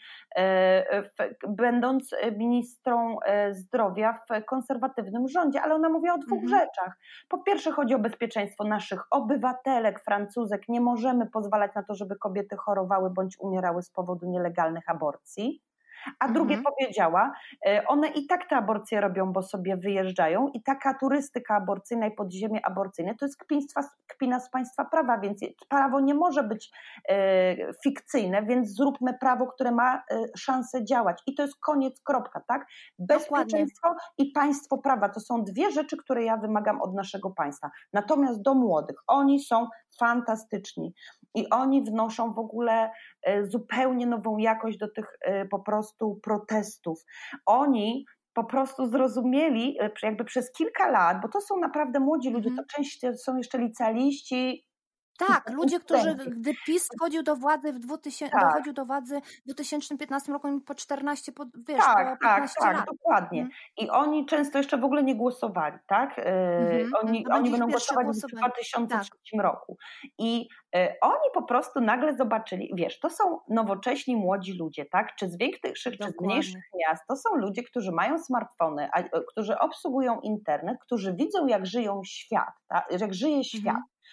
będąc ministrą zdrowia w konserwatywnym rządzie, ale ona mówi o dwóch mhm. rzeczach. Po pierwsze chodzi o bezpieczeństwo naszych obywatelek, Francuzek. Nie możemy pozwalać na to, żeby kobiety chorowały bądź umierały z powodu nielegalnych aborcji. A drugie mhm. powiedziała, one i tak te aborcje robią, bo sobie wyjeżdżają i taka turystyka aborcyjna i podziemie aborcyjne to jest kpiństwa, kpina z państwa prawa, więc prawo nie może być e, fikcyjne, więc zróbmy prawo, które ma e, szansę działać i to jest koniec, kropka, tak? Bezpieczeństwo Dokładnie. I państwo prawa to są dwie rzeczy, które ja wymagam od naszego państwa. Natomiast do młodych, oni są fantastyczni i oni wnoszą w ogóle e, zupełnie nową jakość do tych e, po prostu protestów. Oni po prostu zrozumieli jakby przez kilka lat, bo to są naprawdę młodzi ludzie, to częściej są jeszcze licealiści. Tak, ludzie, którzy, gdy PiS wchodził do władzy w dwutysięcznym, tak. dochodził do władzy w dwa tysiące piętnastym roku, po czternaście, po, wiesz, tak, po piętnaście tak, lat. Tak, dokładnie. Hmm. I oni często jeszcze w ogóle nie głosowali, tak? Hmm. Oni, oni będą głosować w dwa tysiące trzecim tak. roku. I y, oni po prostu nagle zobaczyli, wiesz, to są nowocześni młodzi ludzie, tak? Czy z większych, czy z mniejszych miast, to są ludzie, którzy mają smartfony, a, którzy obsługują internet, którzy widzą, jak żyją świat, tak? Jak żyje świat. Hmm.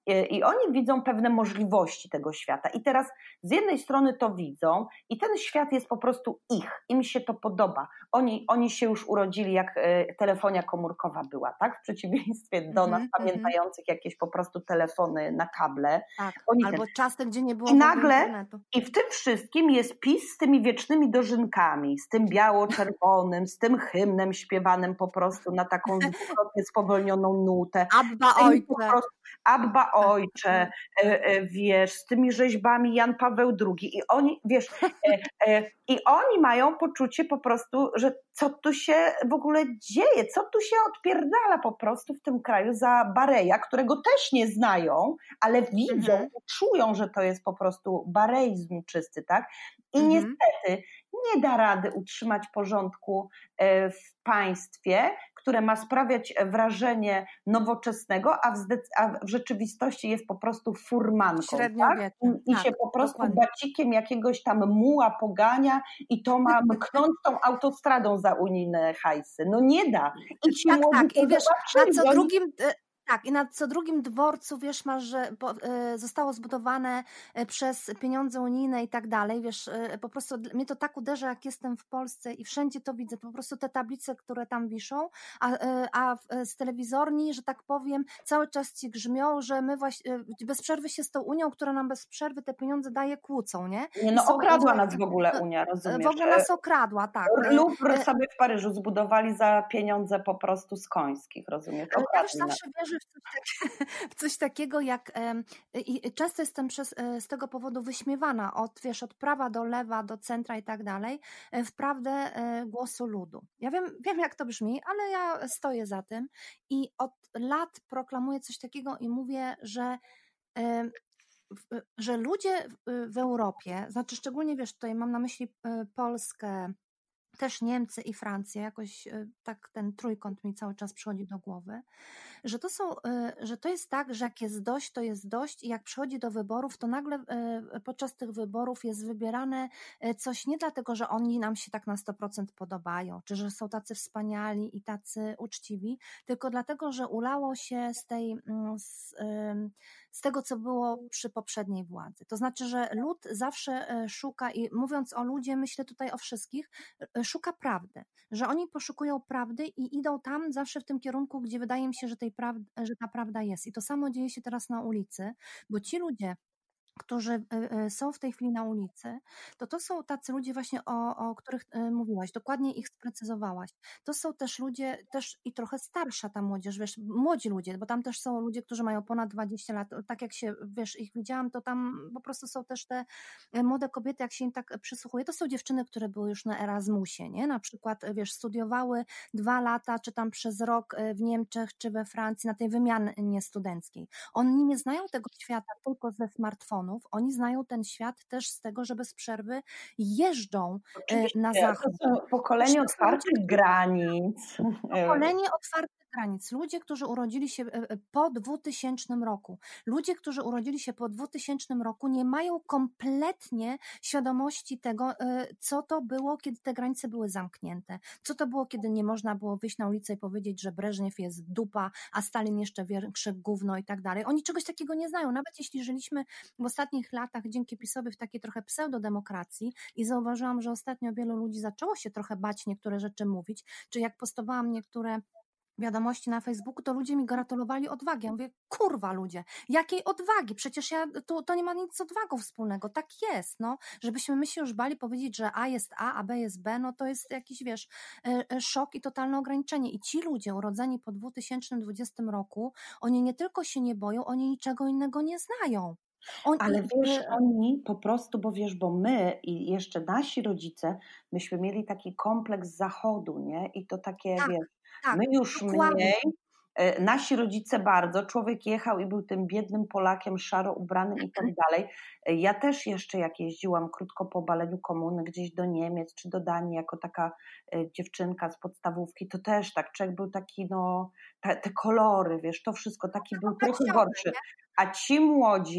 i oni widzą pewne możliwości tego świata i teraz z jednej strony to widzą i ten świat jest po prostu ich, im się to podoba. Oni, oni się już urodzili jak telefonia komórkowa była, tak? W przeciwieństwie do nas, Mhm, pamiętających jakieś po prostu telefony na kable. Tak, Oni albo ten... czasy, gdzie nie było I nagle, internetu. i w tym wszystkim jest PiS z tymi wiecznymi dożynkami, z tym biało-czerwonym, z tym hymnem śpiewanym po prostu na taką dwukrotnie spowolnioną nutę. Abba ojcze. Prostu, Abba ojcze, e, e, wiesz, z tymi rzeźbami Jan Paweł drugi i oni, wiesz, e, e, i oni mają poczucie po prostu, że co tu się w ogóle dzieje, co tu się odpierdala po prostu w tym kraju za Bareja, którego też nie znają, ale widzą, Mhm. czują, że to jest po prostu bareizm czysty, tak? I Mhm. niestety nie da rady utrzymać porządku w państwie, które ma sprawiać wrażenie nowoczesnego, a w, zdecy- a w rzeczywistości jest po prostu furmanką. Tak? I, i tak, się po prostu dokładnie. bacikiem jakiegoś tam muła pogania i to ma mknąć tą autostradą za unijne hajsy. No nie da. I ci tak, młodzi tak. to I wiesz, zobaczyli, na co oni- drugim... Tak, i na co drugim dworcu, wiesz, masz, że po, y, zostało zbudowane y, przez pieniądze unijne i tak dalej, wiesz, y, po prostu mnie to tak uderza, jak jestem w Polsce i wszędzie to widzę, po prostu te tablice, które tam wiszą, a, y, a w, z telewizorni, że tak powiem, cały czas ci grzmią, że my właśnie y, bez przerwy się z tą Unią, która nam bez przerwy te pieniądze daje, kłócą, nie? Nie, no I są- okradła nas w ogóle Unia, W rozumiesz? ogóle nas okradła, tak. Louvre Y, y, sobie w Paryżu zbudowali za pieniądze po prostu z końskich, rozumiesz? Ja Okradli też nas. zawsze wierzę w coś, tak, w coś takiego jak em, i i często jestem przez, e, z tego powodu wyśmiewana od, wiesz, od prawa do lewa, do centra i tak dalej, e, w prawdę e, głosu ludu. Ja wiem, wiem jak to brzmi, ale ja stoję za tym i od lat proklamuję coś takiego i mówię, że em, w- że ludzie w, w Europie, znaczy szczególnie, wiesz, tutaj mam na myśli e, Polskę, też Niemcy i Francję, jakoś e, tak ten trójkąt mi cały czas przychodzi do głowy, że to są, y, że to jest tak, że jak jest dość, to jest dość i jak przychodzi do wyborów, to nagle y, podczas tych wyborów jest wybierane y, coś nie dlatego, że oni nam się tak na sto procent podobają, czy że są tacy wspaniali i tacy uczciwi, tylko dlatego, że ulało się z tej, mm, z, ym, z tego, co było przy poprzedniej władzy. To znaczy, że lud zawsze y, szuka i mówiąc o ludzie, myślę tutaj o wszystkich, y, szuka prawdy, że oni poszukują prawdy i idą tam zawsze w tym kierunku, gdzie wydaje mi się, że, tej prawd- że ta prawda jest. I to samo dzieje się teraz na ulicy, bo ci ludzie, którzy y, y, są w tej chwili na ulicy, to to są tacy ludzie właśnie, o, o których y, mówiłaś, dokładnie ich sprecyzowałaś. To są też ludzie, też i trochę starsza ta młodzież, wiesz, młodzi ludzie, bo tam też są ludzie, którzy mają ponad dwadzieścia lat, tak jak się, wiesz, ich widziałam, to tam po prostu są też te y, młode kobiety, jak się im tak przysłuchuje, to są dziewczyny, które były już na Erasmusie, nie? Na przykład, y, wiesz, studiowały dwa lata, czy tam przez rok y, w Niemczech, czy we Francji, na tej wymianie studenckiej. Oni nie znają tego świata tylko ze smartfonów, oni znają ten świat też z tego, że bez przerwy jeżdżą e, Oczywiście, na zachód. to są pokolenie To są ludzie, otwartych granic. Pokolenie otwartych granic. Ludzie, którzy urodzili się e, e, po dwutysięcznym roku. Ludzie, którzy urodzili się po dwutysięcznym roku, nie mają kompletnie świadomości tego, e, co to było, kiedy te granice były zamknięte. Co to było, kiedy nie można było wyjść na ulicę i powiedzieć, że Breżniew jest dupa, a Stalin jeszcze większe gówno i tak dalej. Oni czegoś takiego nie znają. Nawet jeśli żyliśmy w ostatnich latach dzięki PiS-owi w takiej trochę pseudodemokracji i zauważyłam, że ostatnio wielu ludzi zaczęło się trochę bać niektóre rzeczy mówić, czy jak postowałam niektóre wiadomości na Facebooku, to ludzie mi gratulowali odwagi. Ja mówię, kurwa ludzie, jakiej odwagi? Przecież ja, to, to nie ma nic z odwagą wspólnego. Tak jest, no. Żebyśmy my się już bali powiedzieć, że A jest A, a B jest B, no to jest jakiś, wiesz, szok i totalne ograniczenie. I ci ludzie urodzeni po dwa tysiące dwudziestym roku, oni nie tylko się nie boją, oni niczego innego nie znają. On, Ale wiesz, y, oni po prostu, bo wiesz, bo my i jeszcze nasi rodzice, myśmy mieli taki kompleks zachodu, nie? I to takie, tak, wiesz, tak, my już dokładnie. mniej, e, nasi rodzice bardzo, człowiek jechał i był tym biednym Polakiem szaro ubranym i tak dalej. E, Ja też jeszcze jak jeździłam krótko po obaleniu komuny gdzieś do Niemiec czy do Danii jako taka e, dziewczynka z podstawówki, to też tak, człowiek był taki, no, te, te kolory, wiesz, to wszystko, taki był trochę Wsiowy, gorszy. A ci młodzi,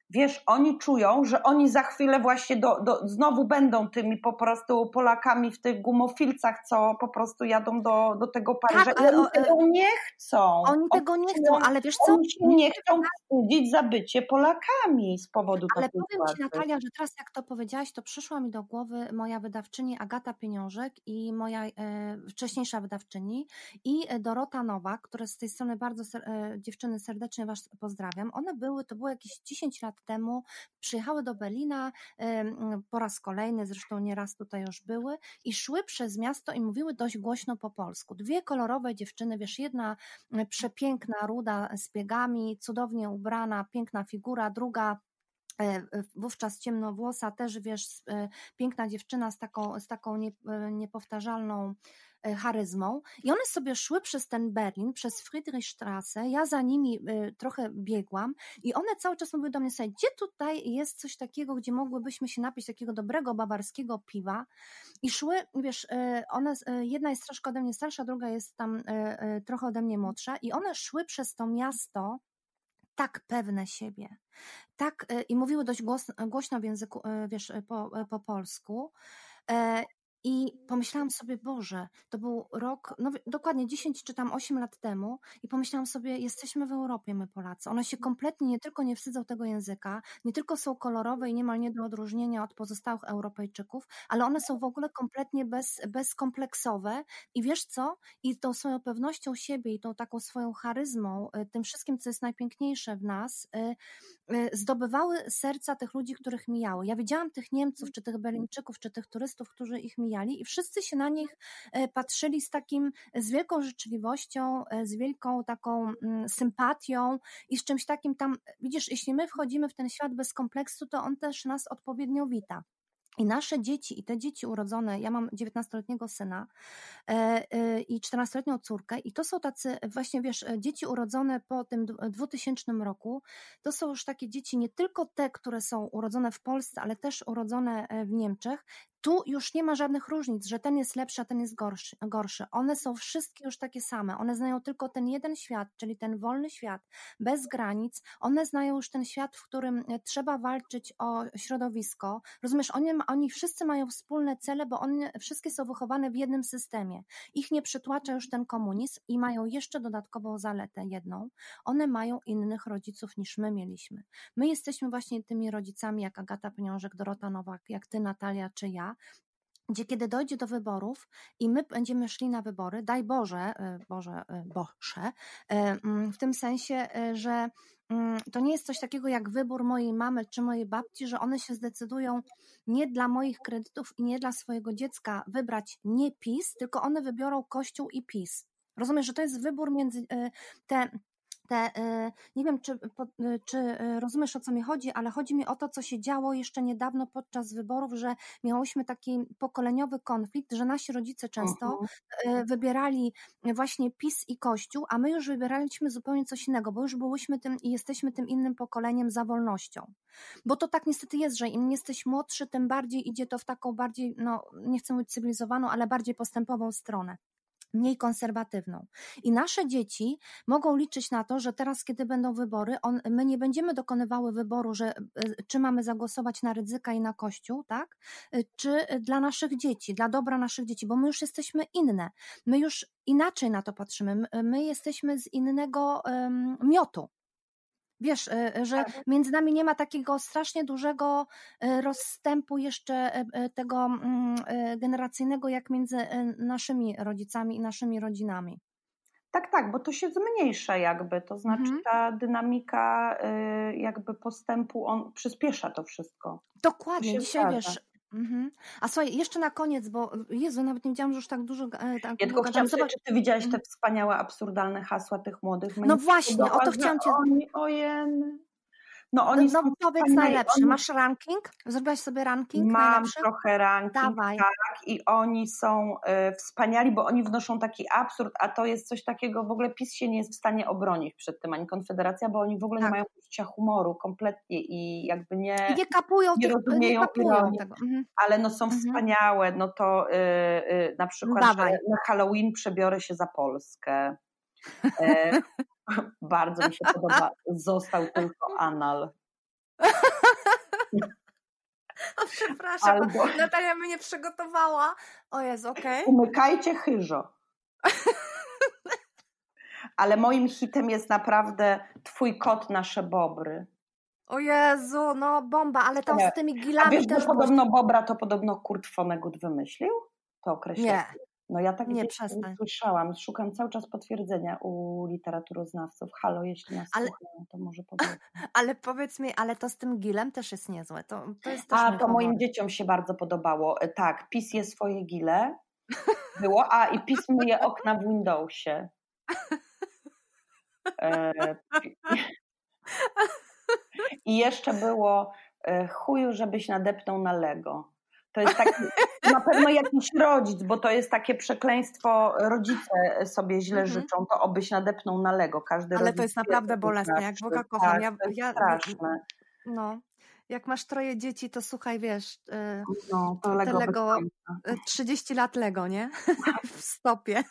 wiesz, oni czują, że oni za chwilę właśnie do, do, znowu będą tymi po prostu Polakami w tych gumofilcach, co po prostu jadą do, do tego Paryża. Tak, I ale oni o, tego nie chcą. oni tego nie chcą, ale wiesz co? Oni się nie chcą wstydzić za bycie Polakami z powodu Ale takiej powiem Ci, pracy. Natalia, że teraz jak to powiedziałaś, to przyszła mi do głowy moja wydawczyni Agata Pieniążek i moja e, wcześniejsza wydawczyni i Dorota Nowak, które z tej strony bardzo ser, e, dziewczyny serdecznie Was pozdrawiam. One były, to było jakieś dziesięć lat temu, przyjechały do Berlina e, po raz kolejny, zresztą nieraz tutaj już były i szły przez miasto i mówiły dość głośno po polsku. Dwie kolorowe dziewczyny, wiesz, jedna przepiękna, ruda z biegami, cudownie ubrana, piękna figura, druga wówczas ciemnowłosa, też wiesz, piękna dziewczyna z taką, z taką nie, niepowtarzalną charyzmą i one sobie szły przez ten Berlin, przez Friedrichstraße, ja za nimi trochę biegłam i one cały czas mówiły do mnie sobie, gdzie tutaj jest coś takiego, gdzie mogłybyśmy się napić takiego dobrego bawarskiego piwa i szły, wiesz, one, jedna jest troszkę ode mnie starsza, druga jest tam trochę ode mnie młodsza i one szły przez to miasto tak pewne siebie, tak i mówiły dość głośno, głośno w języku, wiesz, po, po polsku i pomyślałam sobie, Boże, to był rok, no dokładnie dziesięć czy tam osiem lat temu i pomyślałam sobie, jesteśmy w Europie my Polacy, one się kompletnie nie tylko nie wstydzą tego języka, nie tylko są kolorowe i niemal nie do odróżnienia od pozostałych Europejczyków, ale one są w ogóle kompletnie bez, bezkompleksowe i wiesz co, i tą swoją pewnością siebie i tą taką swoją charyzmą, tym wszystkim, co jest najpiękniejsze w nas, zdobywały serca tych ludzi, których mijały. Ja widziałam tych Niemców, czy tych Berlińczyków, czy tych turystów, którzy ich mijali i wszyscy się na nich patrzyli z takim, z wielką życzliwością, z wielką taką sympatią i z czymś takim tam, widzisz, jeśli my wchodzimy w ten świat bez kompleksu, to on też nas odpowiednio wita. I nasze dzieci, i te dzieci urodzone, ja mam dziewiętnastoletniego syna i czternastoletnią córkę i to są tacy właśnie, wiesz, dzieci urodzone po tym dwutysięcznym roku, to są już takie dzieci nie tylko te, które są urodzone w Polsce, ale też urodzone w Niemczech. Tu już nie ma żadnych różnic, że ten jest lepszy, a ten jest gorszy, gorszy. One są wszystkie już takie same. One znają tylko ten jeden świat, czyli ten wolny świat, bez granic. One znają już ten świat, w którym trzeba walczyć o środowisko. Rozumiesz, oni, oni wszyscy mają wspólne cele, bo one wszystkie są wychowane w jednym systemie. Ich nie przytłacza już ten komunizm i mają jeszcze dodatkową zaletę jedną. One mają innych rodziców niż my mieliśmy. My jesteśmy właśnie tymi rodzicami, jak Agata Pieniążek, Dorota Nowak, jak ty, Natalia, czy ja, gdzie kiedy dojdzie do wyborów i my będziemy szli na wybory, daj Boże, Boże, Boże, w tym sensie, że to nie jest coś takiego jak wybór mojej mamy czy mojej babci, że one się zdecydują nie dla moich kredytów i nie dla swojego dziecka wybrać nie PiS, tylko one wybiorą Kościół i PiS. Rozumiesz, że to jest wybór między te... Te, nie wiem, czy, czy rozumiesz, o co mi chodzi, ale chodzi mi o to, co się działo jeszcze niedawno podczas wyborów, że miałyśmy taki pokoleniowy konflikt, że nasi rodzice często uh-huh. wybierali właśnie PiS i Kościół, a my już wybieraliśmy zupełnie coś innego, bo już byłyśmy tym i jesteśmy tym innym pokoleniem za wolnością. Bo to tak niestety jest, że im jesteś młodszy, tym bardziej idzie to w taką bardziej, no nie chcę mówić cywilizowaną, ale bardziej postępową stronę. Mniej konserwatywną. I nasze dzieci mogą liczyć na to, że teraz, kiedy będą wybory, on, my nie będziemy dokonywały wyboru, że czy mamy zagłosować na Rydzyka i na Kościół, tak? Czy dla naszych dzieci, dla dobra naszych dzieci, bo my już jesteśmy inne. My już inaczej na to patrzymy. My, my jesteśmy z innego um, miotu. Wiesz, że między nami nie ma takiego strasznie dużego rozstępu jeszcze tego generacyjnego, jak między naszymi rodzicami i naszymi rodzinami. Tak, tak, bo to się zmniejsza jakby, to znaczy mhm. ta dynamika jakby postępu, on przyspiesza to wszystko. Dokładnie, dzisiaj zgadza. Wiesz... Mhm. A słuchaj, jeszcze na koniec, bo Jezu, nawet nie wiedziałam, że już tak dużo... Tak ja tylko chciałam powiedzieć, czy ty widziałaś te wspaniałe, absurdalne hasła tych młodych? No właśnie, o to chciałam cię... Oni, ojen... No, oni no, no powiedz najlepsze. Oni... Masz ranking? Zrobiłaś sobie ranking Mam najlepszy? trochę ranking, Dawaj. tak, i oni są y, wspaniali, bo oni wnoszą taki absurd, a to jest coś takiego, w ogóle PiS się nie jest w stanie obronić przed tym, ani Konfederacja, bo oni w ogóle tak. nie mają poczucia humoru kompletnie i jakby nie, I nie kapują, nie tych, rozumieją nie kapują tego. Mhm. Ale no są mhm. wspaniałe, no to y, y, na przykład, że na Halloween przebiorę się za Polskę. E, bardzo mi się podoba, został tylko anal. O, przepraszam, Albo Natalia mnie przygotowała. O Jezu, okej. umykajcie chyżo. Ale moim hitem jest naprawdę Twój kot, nasze bobry. O Jezu, no bomba, ale tam Nie. z tymi A gilami wiesz, też że było... podobno bobra to podobno Kurt Vonnegut wymyślił? To określenie. Nie, No ja tak nie, gdzieś przestań. słyszałam. Szukam cały czas potwierdzenia u literaturoznawców. Halo, jeśli nas Ale- słuchają, to może powiedzą. Ale powiedz mi, ale to z tym gilem też jest niezłe. To, to jest też A, mój to moim faworyt. dzieciom się bardzo podobało. E, Tak, PiS je swoje gile. Było, a i PiS myje okna w Windowsie. E, I jeszcze było e, chuju, żebyś nadepnął na Lego. To jest taki, na pewno jakiś rodzic, bo to jest takie przekleństwo, rodzice sobie źle Mhm. życzą, to obyś nadepnął na Lego. Każdy Ale rodzic to jest wie, naprawdę to bolesne, jak znaczy. Boga kocham. Tak, Ja, to jest ja, straszne. no, jak masz troje dzieci, to słuchaj, wiesz, y, No, to te Lego bez Lego, końca. y, trzydzieści lat Lego, nie? W stopie.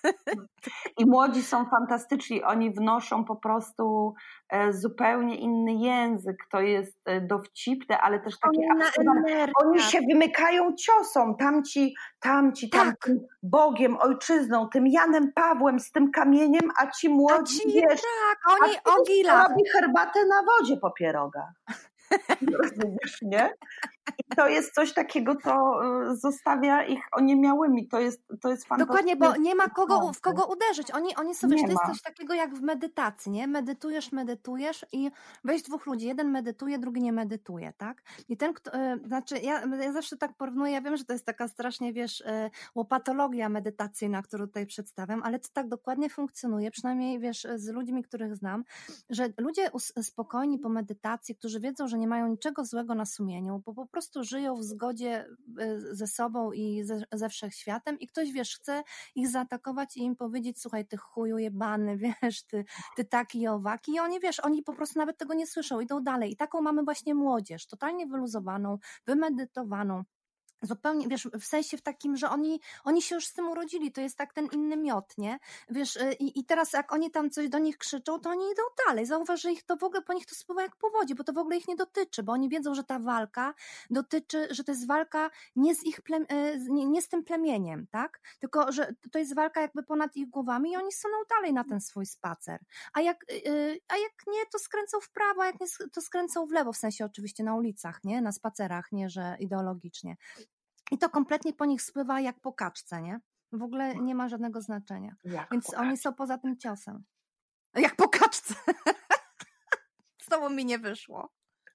I młodzi są fantastyczni, oni wnoszą po prostu e, zupełnie inny język, to jest e, dowcipne, ale też takie Inna absurdalne. energia. Oni się wymykają ciosą, tamci, tamci, tam Tak. tym Bogiem, ojczyzną, tym Janem Pawłem z tym kamieniem, a ci A młodzi, ci, wiesz, tak, a oni ci o gilach. robi herbatę na wodzie po pierogach. Rozumiesz, nie? I to jest coś takiego, co y, zostawia ich oniemiałymi. To jest, to jest fantastyczne. Dokładnie, bo nie ma kogo, w kogo uderzyć. Oni, oni są, Nie wiesz, to jest ma. coś takiego jak w medytacji, nie? Medytujesz, medytujesz i weź dwóch ludzi, jeden medytuje, drugi nie medytuje, tak? I ten, kto, y, znaczy ja, ja zawsze tak porównuję, ja wiem, że to jest taka strasznie, wiesz, y, łopatologia medytacyjna, którą tutaj przedstawiam, ale to tak dokładnie funkcjonuje, przynajmniej, wiesz, z ludźmi, których znam, że ludzie us- spokojni po medytacji, którzy wiedzą, że nie mają niczego złego na sumieniu, bo po prostu żyją w zgodzie y, ze sobą i ze, ze wszechświatem i ktoś, wiesz, chce ich zaatakować i im powiedzieć, słuchaj, ty chuju jebany, wiesz, ty, ty taki i owaki i oni, wiesz, oni po prostu nawet tego nie słyszą, idą dalej i taką mamy właśnie młodzież, totalnie wyluzowaną, wymedytowaną, zupełnie, wiesz, w sensie w takim, że oni, oni się już z tym urodzili, to jest tak ten inny miot, nie? Wiesz, y, i, i teraz jak oni tam coś do nich krzyczą, to oni idą dalej. Zauważ, że ich to w ogóle, po nich to spływa jak po wodzie, bo to w ogóle ich nie dotyczy, bo oni wiedzą, że ta walka dotyczy, że to jest walka nie z ich plem, y, z- nie, nie z tym plemieniem, tak? Tylko, że to jest walka jakby ponad ich głowami i oni suną dalej na ten swój spacer. A jak, y, a jak nie, to skręcą w prawo, a jak nie, to skręcą w lewo, w sensie oczywiście na ulicach, nie? Na spacerach, nie, że ideologicznie. I to kompletnie po nich spływa jak po kaczce, nie? W ogóle nie ma żadnego znaczenia. Jak Więc po oni są poza tym ciosem. Jak po kaczce. Z tobą mi nie wyszło.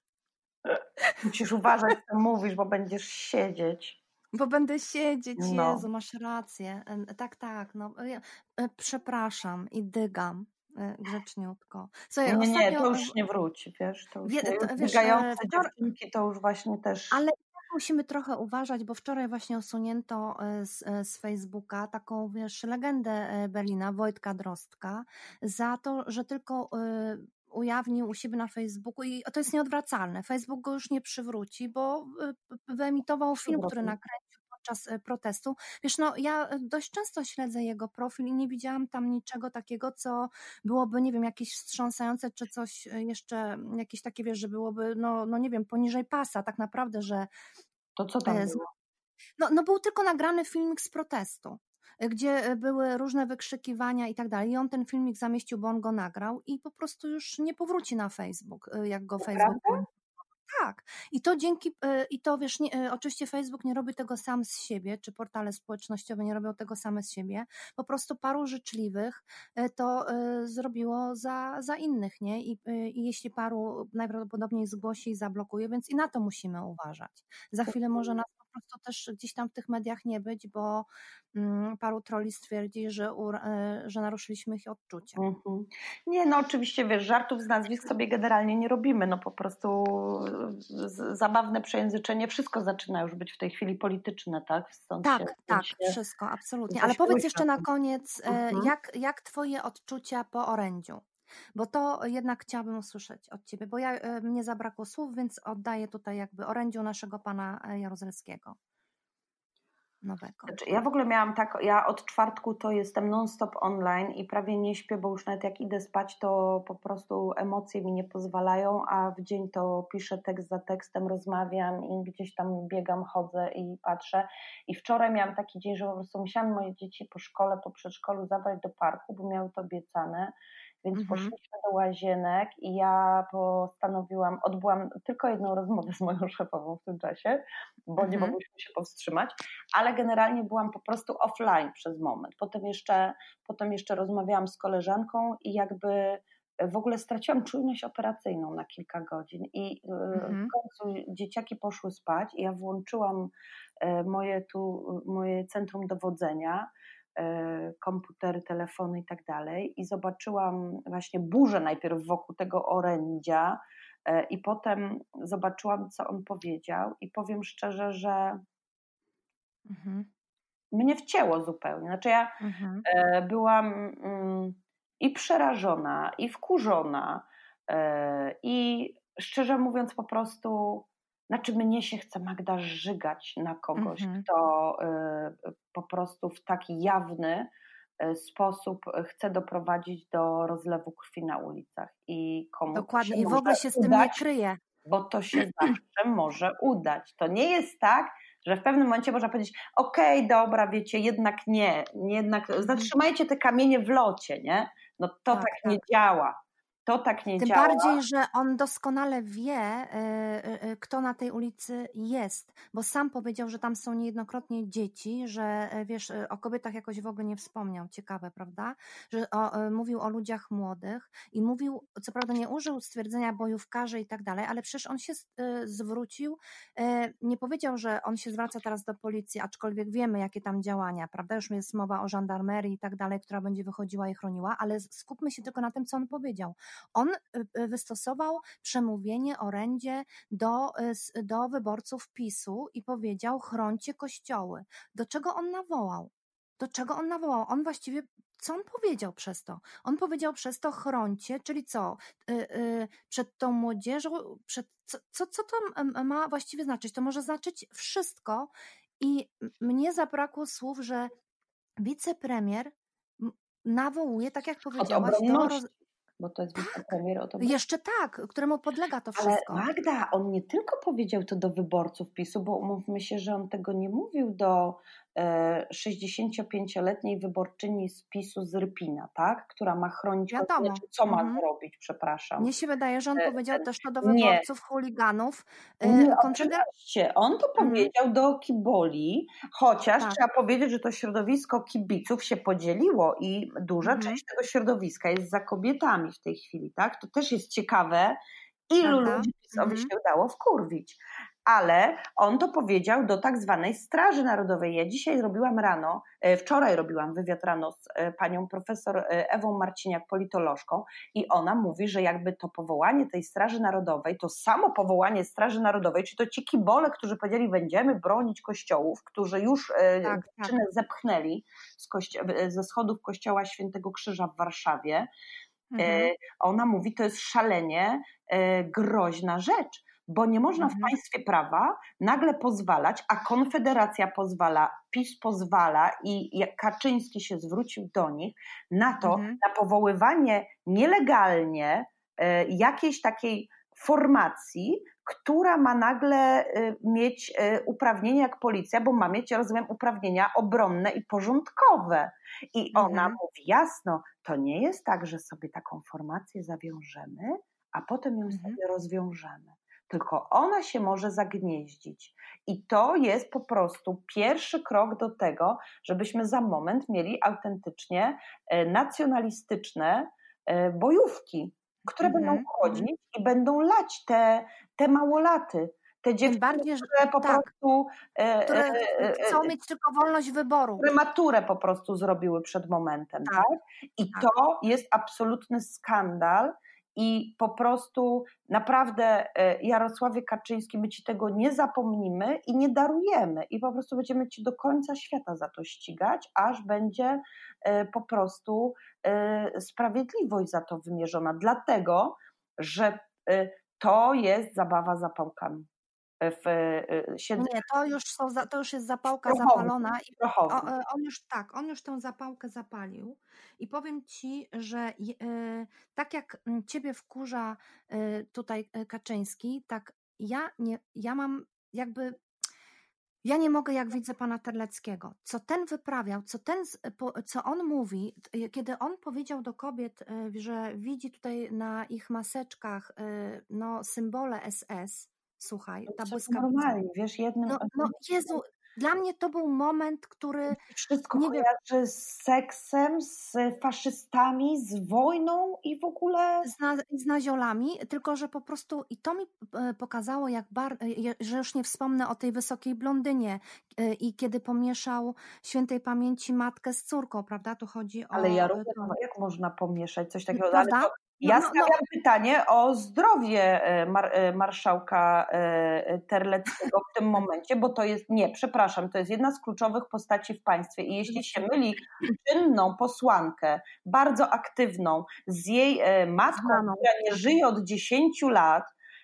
Musisz uważać, co mówisz, bo będziesz siedzieć. Bo będę siedzieć, No. Jezu, masz rację. E, Tak, tak, no. Ja, e, przepraszam i dygam e, grzeczniutko. Słuchaj, Nie, nie, ostatnio, to już nie wróci, wiesz, to już Wie- nie, to, już wiesz, biegające e, wczor- dziewczynki to już właśnie też... Ale musimy trochę uważać, bo wczoraj właśnie usunięto e, z, e, z Facebooka taką, wiesz, legendę e, Berlina, Wojtka Drostka, za to, że tylko e, ujawnił u siebie na Facebooku i to jest nieodwracalne. Facebook go już nie przywróci, bo e, wyemitował film, który Przywróci. nakręcił podczas e, protestu. Wiesz, no ja dość często śledzę jego profil i nie widziałam tam niczego takiego, co byłoby, nie wiem, jakieś wstrząsające, czy coś e, jeszcze, jakieś takie, wiesz, że byłoby, no, no nie wiem, poniżej pasa, tak naprawdę, że To co tam e, z- było? no, no był tylko nagrany filmik z protestu, e, gdzie e, były różne wykrzykiwania i tak dalej. I on ten filmik zamieścił, bo on go nagrał i po prostu już nie powróci na Facebook, e, jak go Naprawdę? Facebook. Tak. I to dzięki, y, i to wiesz, nie, y, oczywiście Facebook nie robi tego sam z siebie, czy portale społecznościowe nie robią tego same z siebie. Po prostu paru życzliwych y, to y, zrobiło za, za innych, nie? I, y, I jeśli paru najprawdopodobniej zgłosi i zablokuje, więc i na to musimy uważać. Za chwilę może nas po prostu też gdzieś tam w tych mediach nie być, bo mm, paru troli stwierdzi, że, ur, y, że naruszyliśmy ich odczucia. Mhm. Nie, no oczywiście, wiesz, żartów z nazwisk sobie generalnie nie robimy, no po prostu z- zabawne przejęzyczenie, wszystko zaczyna już być w tej chwili polityczne, tak? Stąd Tak, się, stąd tak, się wszystko, absolutnie. coś Ale powiedz słyszę. jeszcze na koniec, e, Mhm. jak, jak twoje odczucia po orędziu? Bo to jednak chciałabym usłyszeć od ciebie, bo ja, e, mnie zabrakło słów, więc oddaję tutaj jakby orędziu naszego pana e, Jaruzelskiego. nowego? Znaczy, ja w ogóle miałam tak, ja od czwartku to jestem non-stop online i prawie nie śpię, bo już nawet jak idę spać, to po prostu emocje mi nie pozwalają, a w dzień to piszę tekst za tekstem, rozmawiam i gdzieś tam biegam, chodzę i patrzę. I wczoraj miałam taki dzień, że po prostu musiałam moje dzieci po szkole, po przedszkolu zabrać do parku, bo miały to obiecane. Więc Mhm. poszliśmy do łazienek i ja postanowiłam, odbyłam tylko jedną rozmowę z moją szefową w tym czasie, bo nie Mhm. mogłyśmy się powstrzymać, ale generalnie byłam po prostu offline przez moment. Potem jeszcze, potem jeszcze rozmawiałam z koleżanką i jakby w ogóle straciłam czujność operacyjną na kilka godzin i y, w Mhm. końcu dzieciaki poszły spać i ja włączyłam y, moje tu, moje centrum dowodzenia, y, komputery, telefony i tak dalej i zobaczyłam właśnie burzę najpierw wokół tego orędzia y, i potem zobaczyłam, co on powiedział i powiem szczerze, że Mhm. mnie wcięło zupełnie. Znaczy ja Mhm. e, byłam mm, i przerażona, i wkurzona, e, i szczerze mówiąc po prostu, znaczy mnie się chce, Magda, żygać na kogoś, Mhm. kto e, po prostu w taki jawny e, sposób chce doprowadzić do rozlewu krwi na ulicach i komu to się Dokładnie. I w może ogóle się z tym nie udać, kryje. bo to się zawsze może udać. To nie jest tak, że w pewnym momencie można powiedzieć, okej, dobra, wiecie, jednak nie, jednak zatrzymajcie te kamienie w locie, nie? No to tak, Tak, nie tak. działa. To tak nie Tym działa. bardziej, że on doskonale wie, y, y, y, kto na tej ulicy jest, bo sam powiedział, że tam są niejednokrotnie dzieci, że y, wiesz, y, o kobietach jakoś w ogóle nie wspomniał. Ciekawe, prawda? Że o, y, mówił o ludziach młodych i mówił, co prawda nie użył stwierdzenia bojówkarze i tak dalej, ale przecież on się y, zwrócił, y, nie powiedział, że on się zwraca teraz do policji, aczkolwiek wiemy, jakie tam działania, prawda? Już jest mowa o żandarmerii i tak dalej, która będzie wychodziła i chroniła, ale skupmy się tylko na tym, co on powiedział. On wystosował przemówienie, orędzie do, do wyborców PiSu i powiedział: chrońcie kościoły. Do czego on nawołał? Do czego on nawołał? On właściwie, co on powiedział przez to? On powiedział przez to: chrońcie, czyli co? Yy, yy, przed tą młodzieżą, przed, co, co, co to ma właściwie znaczyć? To może znaczyć wszystko i mnie zabrakło słów, że wicepremier nawołuje, tak jak Od powiedziałaś, do obronności, roz... bo to jest Tak, wicepremier od obronności. jeszcze tak, któremu podlega to Ale wszystko. Magda, on nie tylko powiedział to do wyborców PiSu, bo umówmy się, że on tego nie mówił do e, sześćdziesięciopięcioletniej wyborczyni z PiSu z Rypina, tak? Która ma chronić, Wiadomo. znaczy, co ma Mhm. zrobić, przepraszam. Mnie się wydaje, że on E, powiedział też to do nie, wyborców, chuliganów, nie, yy, konfederacji. oczywiście. On to Mhm. powiedział do kiboli, chociaż Tak. trzeba powiedzieć, że to środowisko kibiców się podzieliło i duża Mhm. część tego środowiska jest za kobietami w tej chwili, tak? To też jest ciekawe, ilu Prawda? ludzi PiSowi Mhm. się udało wkurwić. Ale on to powiedział do tak zwanej Straży Narodowej. Ja dzisiaj robiłam rano, wczoraj robiłam wywiad rano z panią profesor Ewą Marciniak, politolożką, i ona mówi, że jakby to powołanie tej Straży Narodowej, to samo powołanie Straży Narodowej, czy to ci kibole, którzy powiedzieli, będziemy bronić kościołów, którzy już Tak, dziewczynę tak. zepchnęli z kości- ze schodów kościoła Świętego Krzyża w Warszawie, Mhm. ona mówi, to jest szalenie groźna rzecz, bo nie można Mhm. w państwie prawa nagle pozwalać, a Konfederacja pozwala, PiS pozwala i Kaczyński się zwrócił do nich na to, Mhm. na powoływanie nielegalnie jakiejś takiej formacji, która ma nagle mieć uprawnienia jak policja, bo ma mieć, rozumiem, uprawnienia obronne i porządkowe. I ona Mhm. mówi jasno, to nie jest tak, że sobie taką formację zawiążemy, a potem ją Mhm. sobie rozwiążemy. Tylko ona się może zagnieździć. I to jest po prostu pierwszy krok do tego, żebyśmy za moment mieli autentycznie nacjonalistyczne bojówki, które Mhm. będą chodzić i będą lać te, te małolaty, te dziewczyny, bardziej, że- które po tak. prostu Które e, e, chcą mieć tylko wolność wyboru. które maturę po prostu zrobiły przed momentem, Tak. tak? I Tak. to jest absolutny skandal i po prostu naprawdę Jarosławie Kaczyński, my ci tego nie zapomnimy i nie darujemy i po prostu będziemy ci do końca świata za to ścigać, aż będzie po prostu sprawiedliwość za to wymierzona, dlatego, że to jest zabawa zapałkami. w siedzeniu. Nie, to już, są, to już jest zapałka Prochowni, zapalona. I prochowni. on, on już tak, on już tę zapałkę zapalił i powiem Ci, że y, tak jak Ciebie wkurza y, tutaj Kaczyński, tak ja, nie, ja mam jakby, ja nie mogę, jak widzę pana Terleckiego, co ten wyprawiał, co, ten, co on mówi, kiedy on powiedział do kobiet, że widzi tutaj na ich maseczkach no, symbole S S, słuchaj, ta błyskawica. Normalnie, wiesz, jednym... No, no Jezu, dla mnie to był moment, który... Wszystko nie kojarzy wiem, z seksem, z faszystami, z wojną i w ogóle... Z, na, z naziolami, tylko że po prostu i to mi pokazało, jak bar, że już nie wspomnę o tej wysokiej blondynie i kiedy pomieszał świętej pamięci matkę z córką, prawda? Tu chodzi o... Ale ja rozumiem, jak można pomieszać coś takiego, prawda? ale to... Ja No, no, stawiam no. pytanie o zdrowie mar, marszałka Terleckiego w tym momencie, bo to jest, nie, przepraszam, to jest jedna z kluczowych postaci w państwie i jeśli się myli czynną posłankę, bardzo aktywną, z jej matką, Znaną. która nie żyje od dziesięciu lat,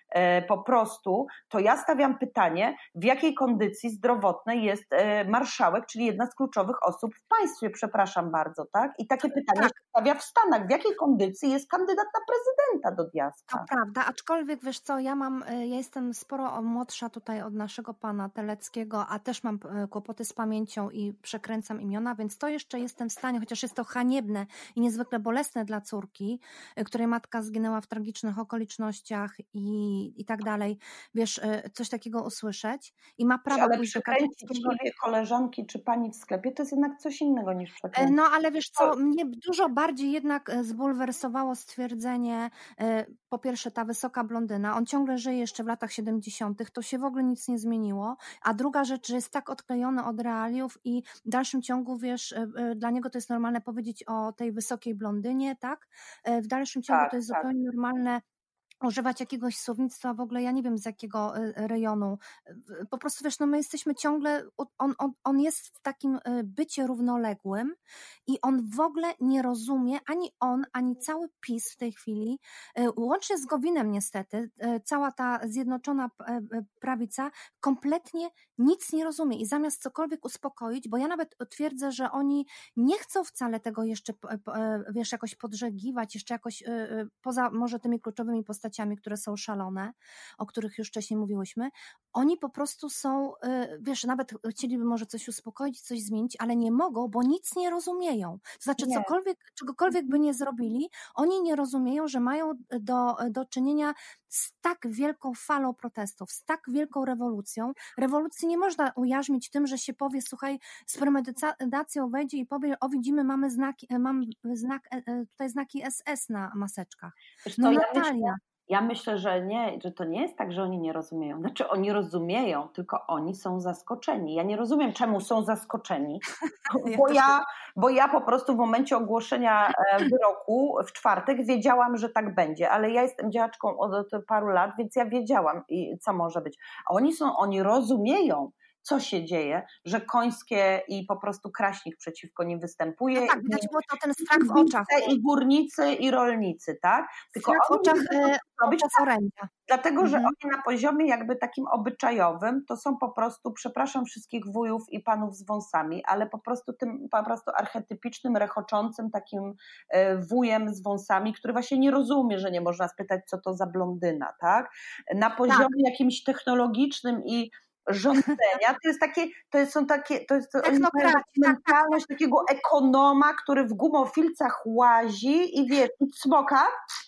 po prostu, to ja stawiam pytanie, w jakiej kondycji zdrowotnej jest marszałek, czyli jedna z kluczowych osób w państwie, przepraszam bardzo, tak? I takie pytanie tak. się stawia w Stanach, w jakiej kondycji jest kandydat na prezydenta do diaska? To prawda, aczkolwiek wiesz co, ja mam, ja jestem sporo młodsza tutaj od naszego pana Teleckiego, a też mam kłopoty z pamięcią i przekręcam imiona, więc to jeszcze jestem w stanie, chociaż jest to haniebne i niezwykle bolesne dla córki, której matka zginęła w tragicznych okolicznościach i i tak dalej, wiesz, coś takiego usłyszeć i ma prawo... Ale przekręcić imię koleżanki czy pani w sklepie to jest jednak coś innego niż przekręcić. No ale wiesz co, mnie dużo bardziej jednak zbulwersowało stwierdzenie, po pierwsze ta wysoka blondyna, on ciągle żyje jeszcze w latach siedemdziesiątych, to się w ogóle nic nie zmieniło, a druga rzecz, że jest tak odklejony od realiów i w dalszym ciągu, wiesz, dla niego to jest normalne powiedzieć o tej wysokiej blondynie, tak? W dalszym ciągu tak, to jest tak. zupełnie normalne używać jakiegoś słownictwa w ogóle, ja nie wiem z jakiego rejonu. Po prostu wiesz, no my jesteśmy ciągle, on, on, on jest w takim bycie równoległym i on w ogóle nie rozumie, ani on, ani cały PiS w tej chwili, łącznie z Gowinem niestety, cała ta zjednoczona prawica kompletnie nic nie rozumie i zamiast cokolwiek uspokoić, bo ja nawet twierdzę, że oni nie chcą wcale tego jeszcze, wiesz, jakoś podżegiwać, jeszcze jakoś poza może tymi kluczowymi postaciami, które są szalone, o których już wcześniej mówiłyśmy, oni po prostu są, wiesz, nawet chcieliby może coś uspokoić, coś zmienić, ale nie mogą, bo nic nie rozumieją. To znaczy nie. cokolwiek, czegokolwiek by nie zrobili, oni nie rozumieją, że mają do, do czynienia z tak wielką falą protestów, z tak wielką rewolucją. Rewolucji nie można ujarzmić tym, że się powie, słuchaj, z premedytacją wejdzie i powie, o widzimy, mamy znaki, mam znak, tutaj znaki S S na maseczkach. Wiesz, no ja Natalia. Myślę, ja myślę, że nie, że to nie jest tak, że oni nie rozumieją. Znaczy oni rozumieją, tylko oni są zaskoczeni. Ja nie rozumiem, czemu są zaskoczeni, bo ja, bo ja po prostu w momencie ogłoszenia wyroku w czwartek wiedziałam, że tak będzie, ale ja jestem działaczką od paru lat, więc ja wiedziałam, co może być. A oni są, oni rozumieją, co się dzieje, że Końskie i po prostu Kraśnik przeciwko nim występuje. No tak, widać było to ten strach w oczach. I górnicy, i rolnicy, tak? Tylko strach w oczach, e, robić orędzia. Dlatego, że mhm. oni na poziomie jakby takim obyczajowym to są po prostu, przepraszam wszystkich wujów i panów z wąsami, ale po prostu tym po prostu archetypicznym, rechoczącym takim wujem z wąsami, który właśnie nie rozumie, że nie można spytać, co to za blondyna, tak? Na poziomie tak. jakimś technologicznym i rządzenia, to jest takie, to są takie, to jest to mentalność takiego ekonoma, który w gumofilcach łazi i wie, i cmoka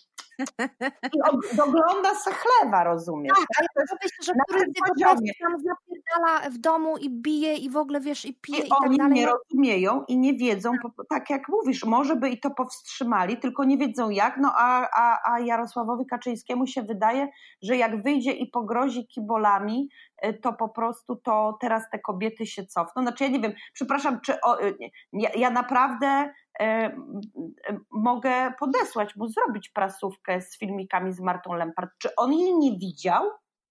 i od, dogląda se chlewa, rozumiesz? Tak, ale to myślę, że któryś z jego posłów tam zapierdala w domu i bije i w ogóle, wiesz, i pije i, i tak oni dalej. nie rozumieją i nie wiedzą, tak jak mówisz, może by i to powstrzymali, tylko nie wiedzą jak, no a, a, a Jarosławowi Kaczyńskiemu się wydaje, że jak wyjdzie i pogrozi kibolami, to po prostu to teraz te kobiety się cofną. Znaczy ja nie wiem, przepraszam, czy o, ja, ja naprawdę e, mogę podesłać mu, zrobić prasówkę z filmikami z Martą Lempart. Czy on jej nie widział?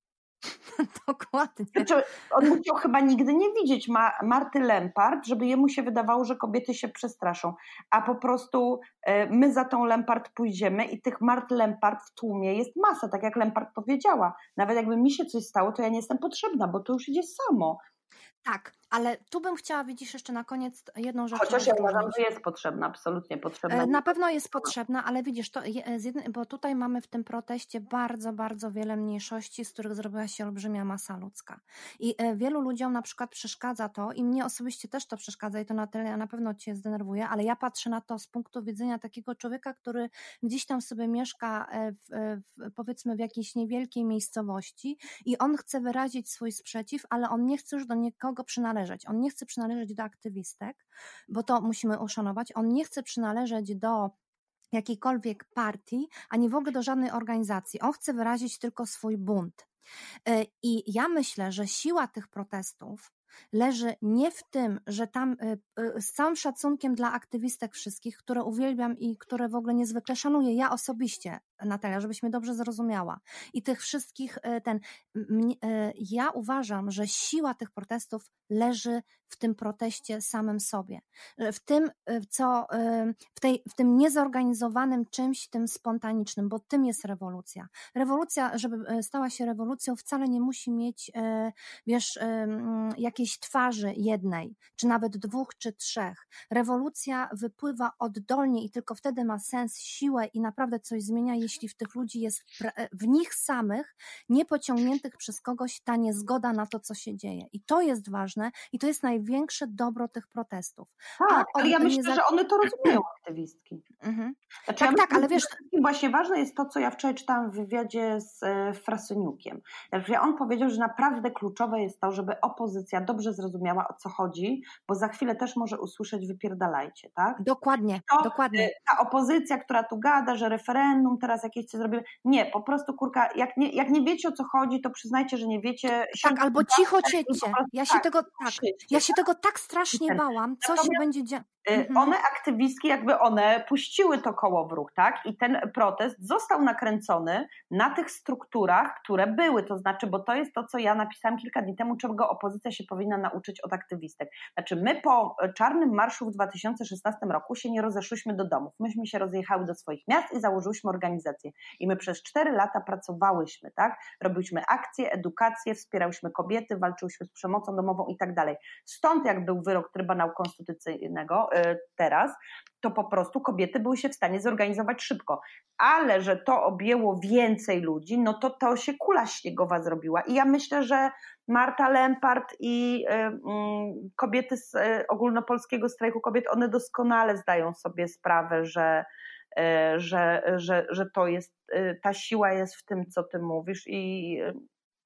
Dokładnie. Znaczy, on musiał chyba nigdy nie widzieć Ma- Marty Lempart, żeby jemu się wydawało, że kobiety się przestraszą, a po prostu e, my za tą Lempart pójdziemy i tych Mart Lempart w tłumie jest masa, tak jak Lempart powiedziała. Nawet jakby mi się coś stało, to ja nie jestem potrzebna, bo to już idzie samo. Tak, ale tu bym chciała, widzisz, jeszcze na koniec jedną rzecz Chociaż ja rozróżnić. uważam, że jest potrzebna, absolutnie potrzebna. E, Na pewno jest potrzebna, ale widzisz, to je- z jednej, bo tutaj mamy w tym proteście bardzo, bardzo wiele mniejszości, z których zrobiła się olbrzymia masa ludzka. I e, wielu ludziom na przykład przeszkadza to i mnie osobiście też to przeszkadza i to na tyle na pewno cię zdenerwuje, ale ja patrzę na to z punktu widzenia takiego człowieka, który gdzieś tam sobie mieszka e, w, e, w, powiedzmy w jakiejś niewielkiej miejscowości i on chce wyrazić swój sprzeciw, ale on nie chce już do nikogo przynależeć. On nie chce przynależeć do aktywistek, bo to musimy uszanować. On nie chce przynależeć do jakiejkolwiek partii, ani w ogóle do żadnej organizacji. On chce wyrazić tylko swój bunt. Y, I ja myślę, że siła tych protestów leży nie w tym, że tam y, y, z całym szacunkiem dla aktywistek wszystkich, które uwielbiam i które w ogóle niezwykle szanuję, ja osobiście, Natalia, żebyś mnie dobrze zrozumiała, i tych wszystkich, y, ten, mnie- y, ja uważam, że siła tych protestów leży w tym proteście samym sobie, Y, w tym, y, co, y, w, tej, w tym niezorganizowanym czymś, tym spontanicznym, bo tym jest rewolucja. Rewolucja, żeby y, stała się rewolucją, wcale nie musi mieć, y, wiesz, y, mm, jakiejś twarzy jednej, czy nawet dwóch, czy trzech. Rewolucja wypływa oddolnie i tylko wtedy ma sens, siłę i naprawdę coś zmienia, jeśli w tych ludzi jest, pra- w nich samych, niepociągniętych przez kogoś, ta niezgoda na to, co się dzieje. I to jest ważne i to jest największe dobro tych protestów. Tak, A ale ja od- nie myślę, za- że one to rozumieją, aktywistki. Mhm. Znaczy, Tak, ja tak, myślę, ale że wiesz, przede wszystkim właśnie ważne jest to, co ja wczoraj czytałam w wywiadzie z e, Frasyniukiem. Znaczy, on powiedział, że naprawdę kluczowe jest to, żeby opozycja dobrze zrozumiała, o co chodzi, bo za chwilę też może usłyszeć wypierdalajcie, tak? dokładnie, To, dokładnie. e, ta opozycja, która tu gada, że referendum teraz jakieś coś zrobimy. Nie, po prostu kurka, jak nie, jak nie wiecie, o co chodzi, to przyznajcie, że nie wiecie. Tak, siądźcie albo na cicho dach i po ciecie. prostu Ja się tak, tego, tak, krzyczcie, ja się tak? tego tak strasznie Ten. bałam, co się Natomiast będzie działo. Y, Mhm. One, aktywistki, jakby one puściły to koło w ruch, tak? I ten protest został nakręcony na tych strukturach, które były, to znaczy, bo to jest to, co ja napisałam kilka dni temu, czego opozycja się powinna nauczyć od aktywistek. Znaczy, my po Czarnym Marszu w dwa tysiące szesnastym roku się nie rozeszłyśmy do domów. Myśmy się rozjechały do swoich miast i założyłyśmy organizację. I my przez cztery lata pracowałyśmy, tak? Robiłyśmy akcje, edukację, wspierałyśmy kobiety, walczyłyśmy z przemocą domową i tak dalej. Stąd jak był wyrok Trybunału Konstytucyjnego y, teraz, to po prostu kobiety były się w stanie zorganizować szybko. Ale że to objęło więcej ludzi, no to to się kula śniegowa zrobiła. I ja myślę, że Marta Lempart i y, y, kobiety z y, ogólnopolskiego strajku kobiet, one doskonale zdają sobie sprawę, że, y, że, że, że to jest, y, ta siła jest w tym, co ty mówisz i y,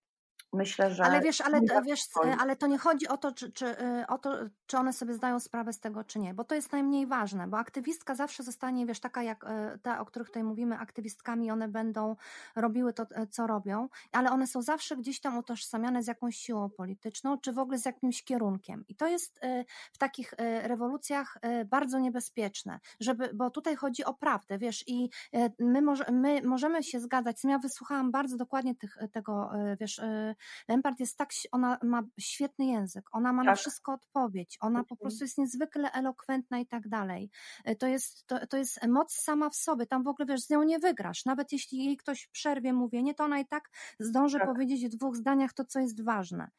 myślę, że... Ale wiesz, ale, nie to- wiesz, stoi. ale to nie chodzi o to, czy, czy, y, o to, czy one sobie zdają sprawę z tego, czy nie, bo to jest najmniej ważne, bo aktywistka zawsze zostanie, wiesz, taka jak y, te, o których tutaj mówimy, aktywistkami, one będą robiły to, y, co robią, ale one są zawsze gdzieś tam utożsamiane z jakąś siłą polityczną, czy w ogóle z jakimś kierunkiem. I to jest y, w takich y, rewolucjach y, bardzo niebezpieczne, żeby, bo tutaj chodzi o prawdę, wiesz, i y, my, może, my możemy się zgadzać, ja wysłuchałam bardzo dokładnie tych, tego, y, wiesz, y, Lempart jest tak, ona ma świetny język, ona ma na Tak. wszystko odpowiedź, ona po prostu jest niezwykle elokwentna i tak dalej. To jest, to, to jest moc sama w sobie, tam w ogóle, wiesz, z nią nie wygrasz, nawet jeśli jej ktoś przerwie mówienie, to ona i tak zdąży Tak. powiedzieć w dwóch zdaniach to, co jest ważne.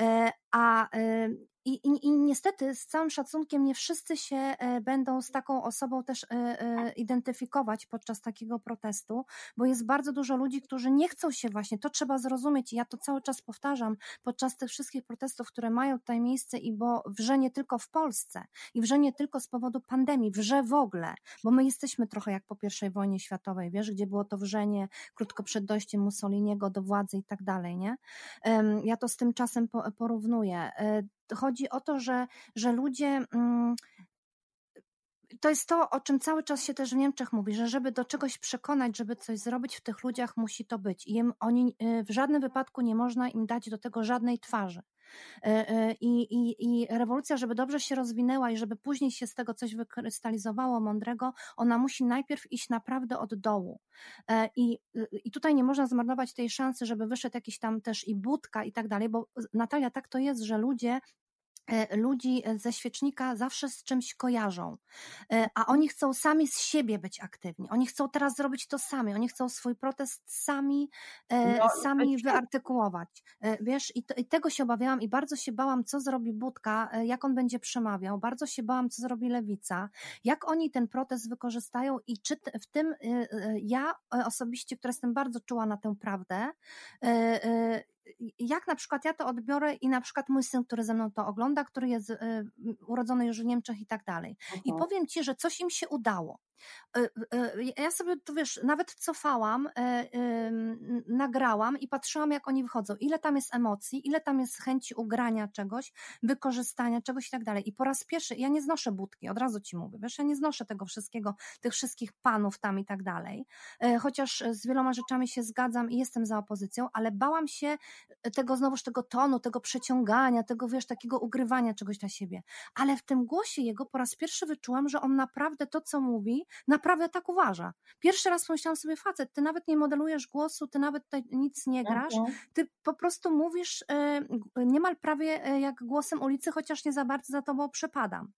A i, i, I niestety z całym szacunkiem nie wszyscy się e, będą z taką osobą też e, e, identyfikować podczas takiego protestu, bo jest bardzo dużo ludzi, którzy nie chcą się właśnie, to trzeba zrozumieć i ja to cały czas powtarzam podczas tych wszystkich protestów, które mają tutaj miejsce i bo wrze nie tylko w Polsce i wrze nie tylko z powodu pandemii, wrze w ogóle, bo my jesteśmy trochę jak po pierwszej wojnie światowej, wiesz, gdzie było to wrzenie krótko przed dojściem Mussoliniego do władzy i tak dalej, nie? Em, ja to z tym czasem po, porównuję. E, Chodzi o to, że, że ludzie, to jest to, o czym cały czas się też w Niemczech mówi, że żeby do czegoś przekonać, żeby coś zrobić, w tych ludziach musi to być. I im, oni w żadnym wypadku nie można im dać do tego żadnej twarzy. I, i, I rewolucja, żeby dobrze się rozwinęła i żeby później się z tego coś wykrystalizowało mądrego, ona musi najpierw iść naprawdę od dołu. I, i tutaj nie można zmarnować tej szansy, żeby wyszedł jakiś tam też i Budka i tak dalej, bo Natalia, tak to jest, że ludzie ludzi ze świecznika zawsze z czymś kojarzą, a oni chcą sami z siebie być aktywni, oni chcą teraz zrobić to sami, oni chcą swój protest sami, no, sami wyartykułować, wiesz, i, to, i tego się obawiałam i bardzo się bałam, co zrobi Budka, jak on będzie przemawiał, bardzo się bałam, co zrobi Lewica, jak oni ten protest wykorzystają i czy w tym ja osobiście, która jestem bardzo czuła na tę prawdę, jak na przykład ja to odbiorę i na przykład mój syn, który ze mną to ogląda, który jest y, urodzony już w Niemczech i tak dalej. I Mhm. powiem Ci, że coś im się udało. Y, y, ja sobie, to wiesz, nawet cofałam, y, y, nagrałam i patrzyłam, jak oni wychodzą. Ile tam jest emocji, ile tam jest chęci ugrania czegoś, wykorzystania czegoś i tak dalej. I po raz pierwszy, ja nie znoszę Budki, od razu Ci mówię, wiesz, ja nie znoszę tego wszystkiego, tych wszystkich panów tam i tak dalej. Y, chociaż z wieloma rzeczami się zgadzam i jestem za opozycją, ale bałam się tego znowuż tego tonu, tego przeciągania, tego wiesz, takiego ugrywania czegoś dla siebie. Ale w tym głosie jego po raz pierwszy wyczułam, że on naprawdę to, co mówi, naprawdę tak uważa. Pierwszy raz pomyślałam sobie, facet, ty nawet nie modelujesz głosu, ty nawet tutaj nic nie grasz, Mhm. ty po prostu mówisz y, niemal prawie jak głosem ulicy, chociaż nie za bardzo za tobą przepadam.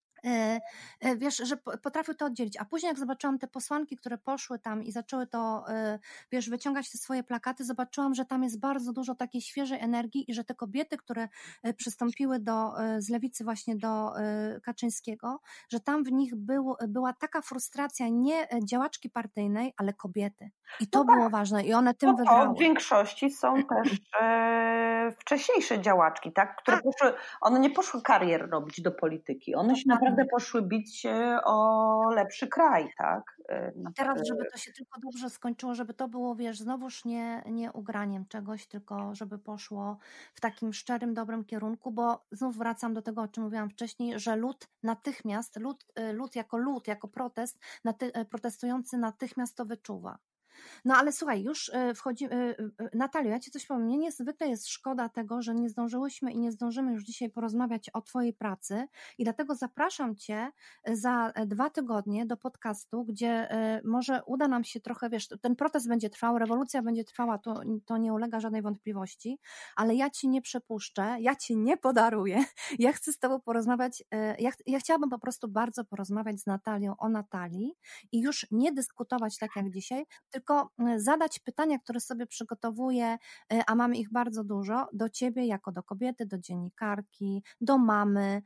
Wiesz, że potrafił to oddzielić, a później jak zobaczyłam te posłanki, które poszły tam i zaczęły to, wiesz, wyciągać te swoje plakaty, zobaczyłam, że tam jest bardzo dużo takiej świeżej energii i że te kobiety, które przystąpiły do, z lewicy właśnie do Kaczyńskiego, że tam w nich był, była taka frustracja nie działaczki partyjnej, ale kobiety. I to No było tak. ważne i one tym No to wygrały. w większości są też e, wcześniejsze działaczki, tak? Które poszły, one nie poszły karier robić do polityki, one się naprawdę poszły bić się o lepszy kraj, tak? E, Teraz, żeby to się tylko dobrze skończyło, żeby to było, wiesz, znowuż nie, nie ugraniem czegoś, tylko żeby poszło w takim szczerym, dobrym kierunku, bo znów wracam do tego, o czym mówiłam wcześniej, że lud natychmiast, lud, lud jako lud, jako protest, naty, protestujący natychmiast to wyczuwa. No ale słuchaj, już wchodzi, Natalio, ja Ci coś powiem, mnie niezwykle jest szkoda tego, że nie zdążyłyśmy i nie zdążymy już dzisiaj porozmawiać o Twojej pracy i dlatego zapraszam Cię za dwa tygodnie do podcastu, gdzie może uda nam się trochę, wiesz, ten protest będzie trwał, rewolucja będzie trwała, to, to nie ulega żadnej wątpliwości, ale ja Ci nie przepuszczę, ja Ci nie podaruję, ja chcę z Tobą porozmawiać, ja, ja chciałabym po prostu bardzo porozmawiać z Natalią o Natalii i już nie dyskutować tak jak dzisiaj, tylko zadać pytania, które sobie przygotowuję, a mamy ich bardzo dużo, do Ciebie jako do kobiety, do dziennikarki, do mamy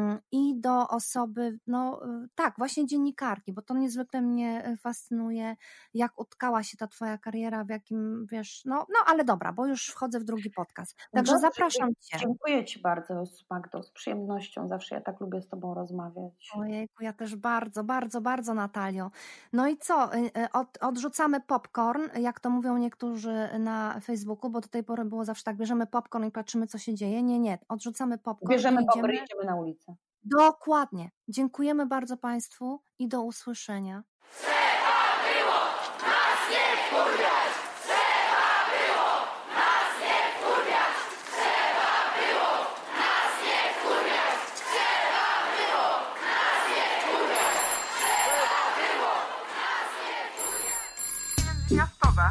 i do osoby, no tak, właśnie dziennikarki, bo to niezwykle mnie fascynuje, jak utkała się ta Twoja kariera, w jakim, wiesz, no, no ale dobra, bo już wchodzę w drugi podcast. Także Dobrze, zapraszam Cię. Dziękuję Ci bardzo, Magdo, z przyjemnością, zawsze ja tak lubię z Tobą rozmawiać. Ojejku, ja też bardzo, bardzo, bardzo, Natalio. No i co, Od, odrzucamy popcorn, jak to mówią niektórzy na Facebooku, bo do tej pory było zawsze tak, bierzemy popcorn i patrzymy, co się dzieje. Nie, nie, odrzucamy popcorn. Bierzemy i popcorn i idziemy na ulicę. Dokładnie. Dziękujemy bardzo Państwu i do usłyszenia. Trzeba było nas nie wkurwiać! Trzeba było nas nie wkurwiać! Trzeba było nas nie wkurwiać! Trzeba było nas nie wkurwiać! Trzeba było nas nie wkurwiać! Miastowe.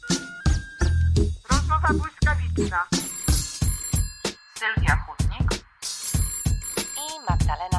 Rozmowa błyskawiczna. Sylwia Chudnik i Magdalena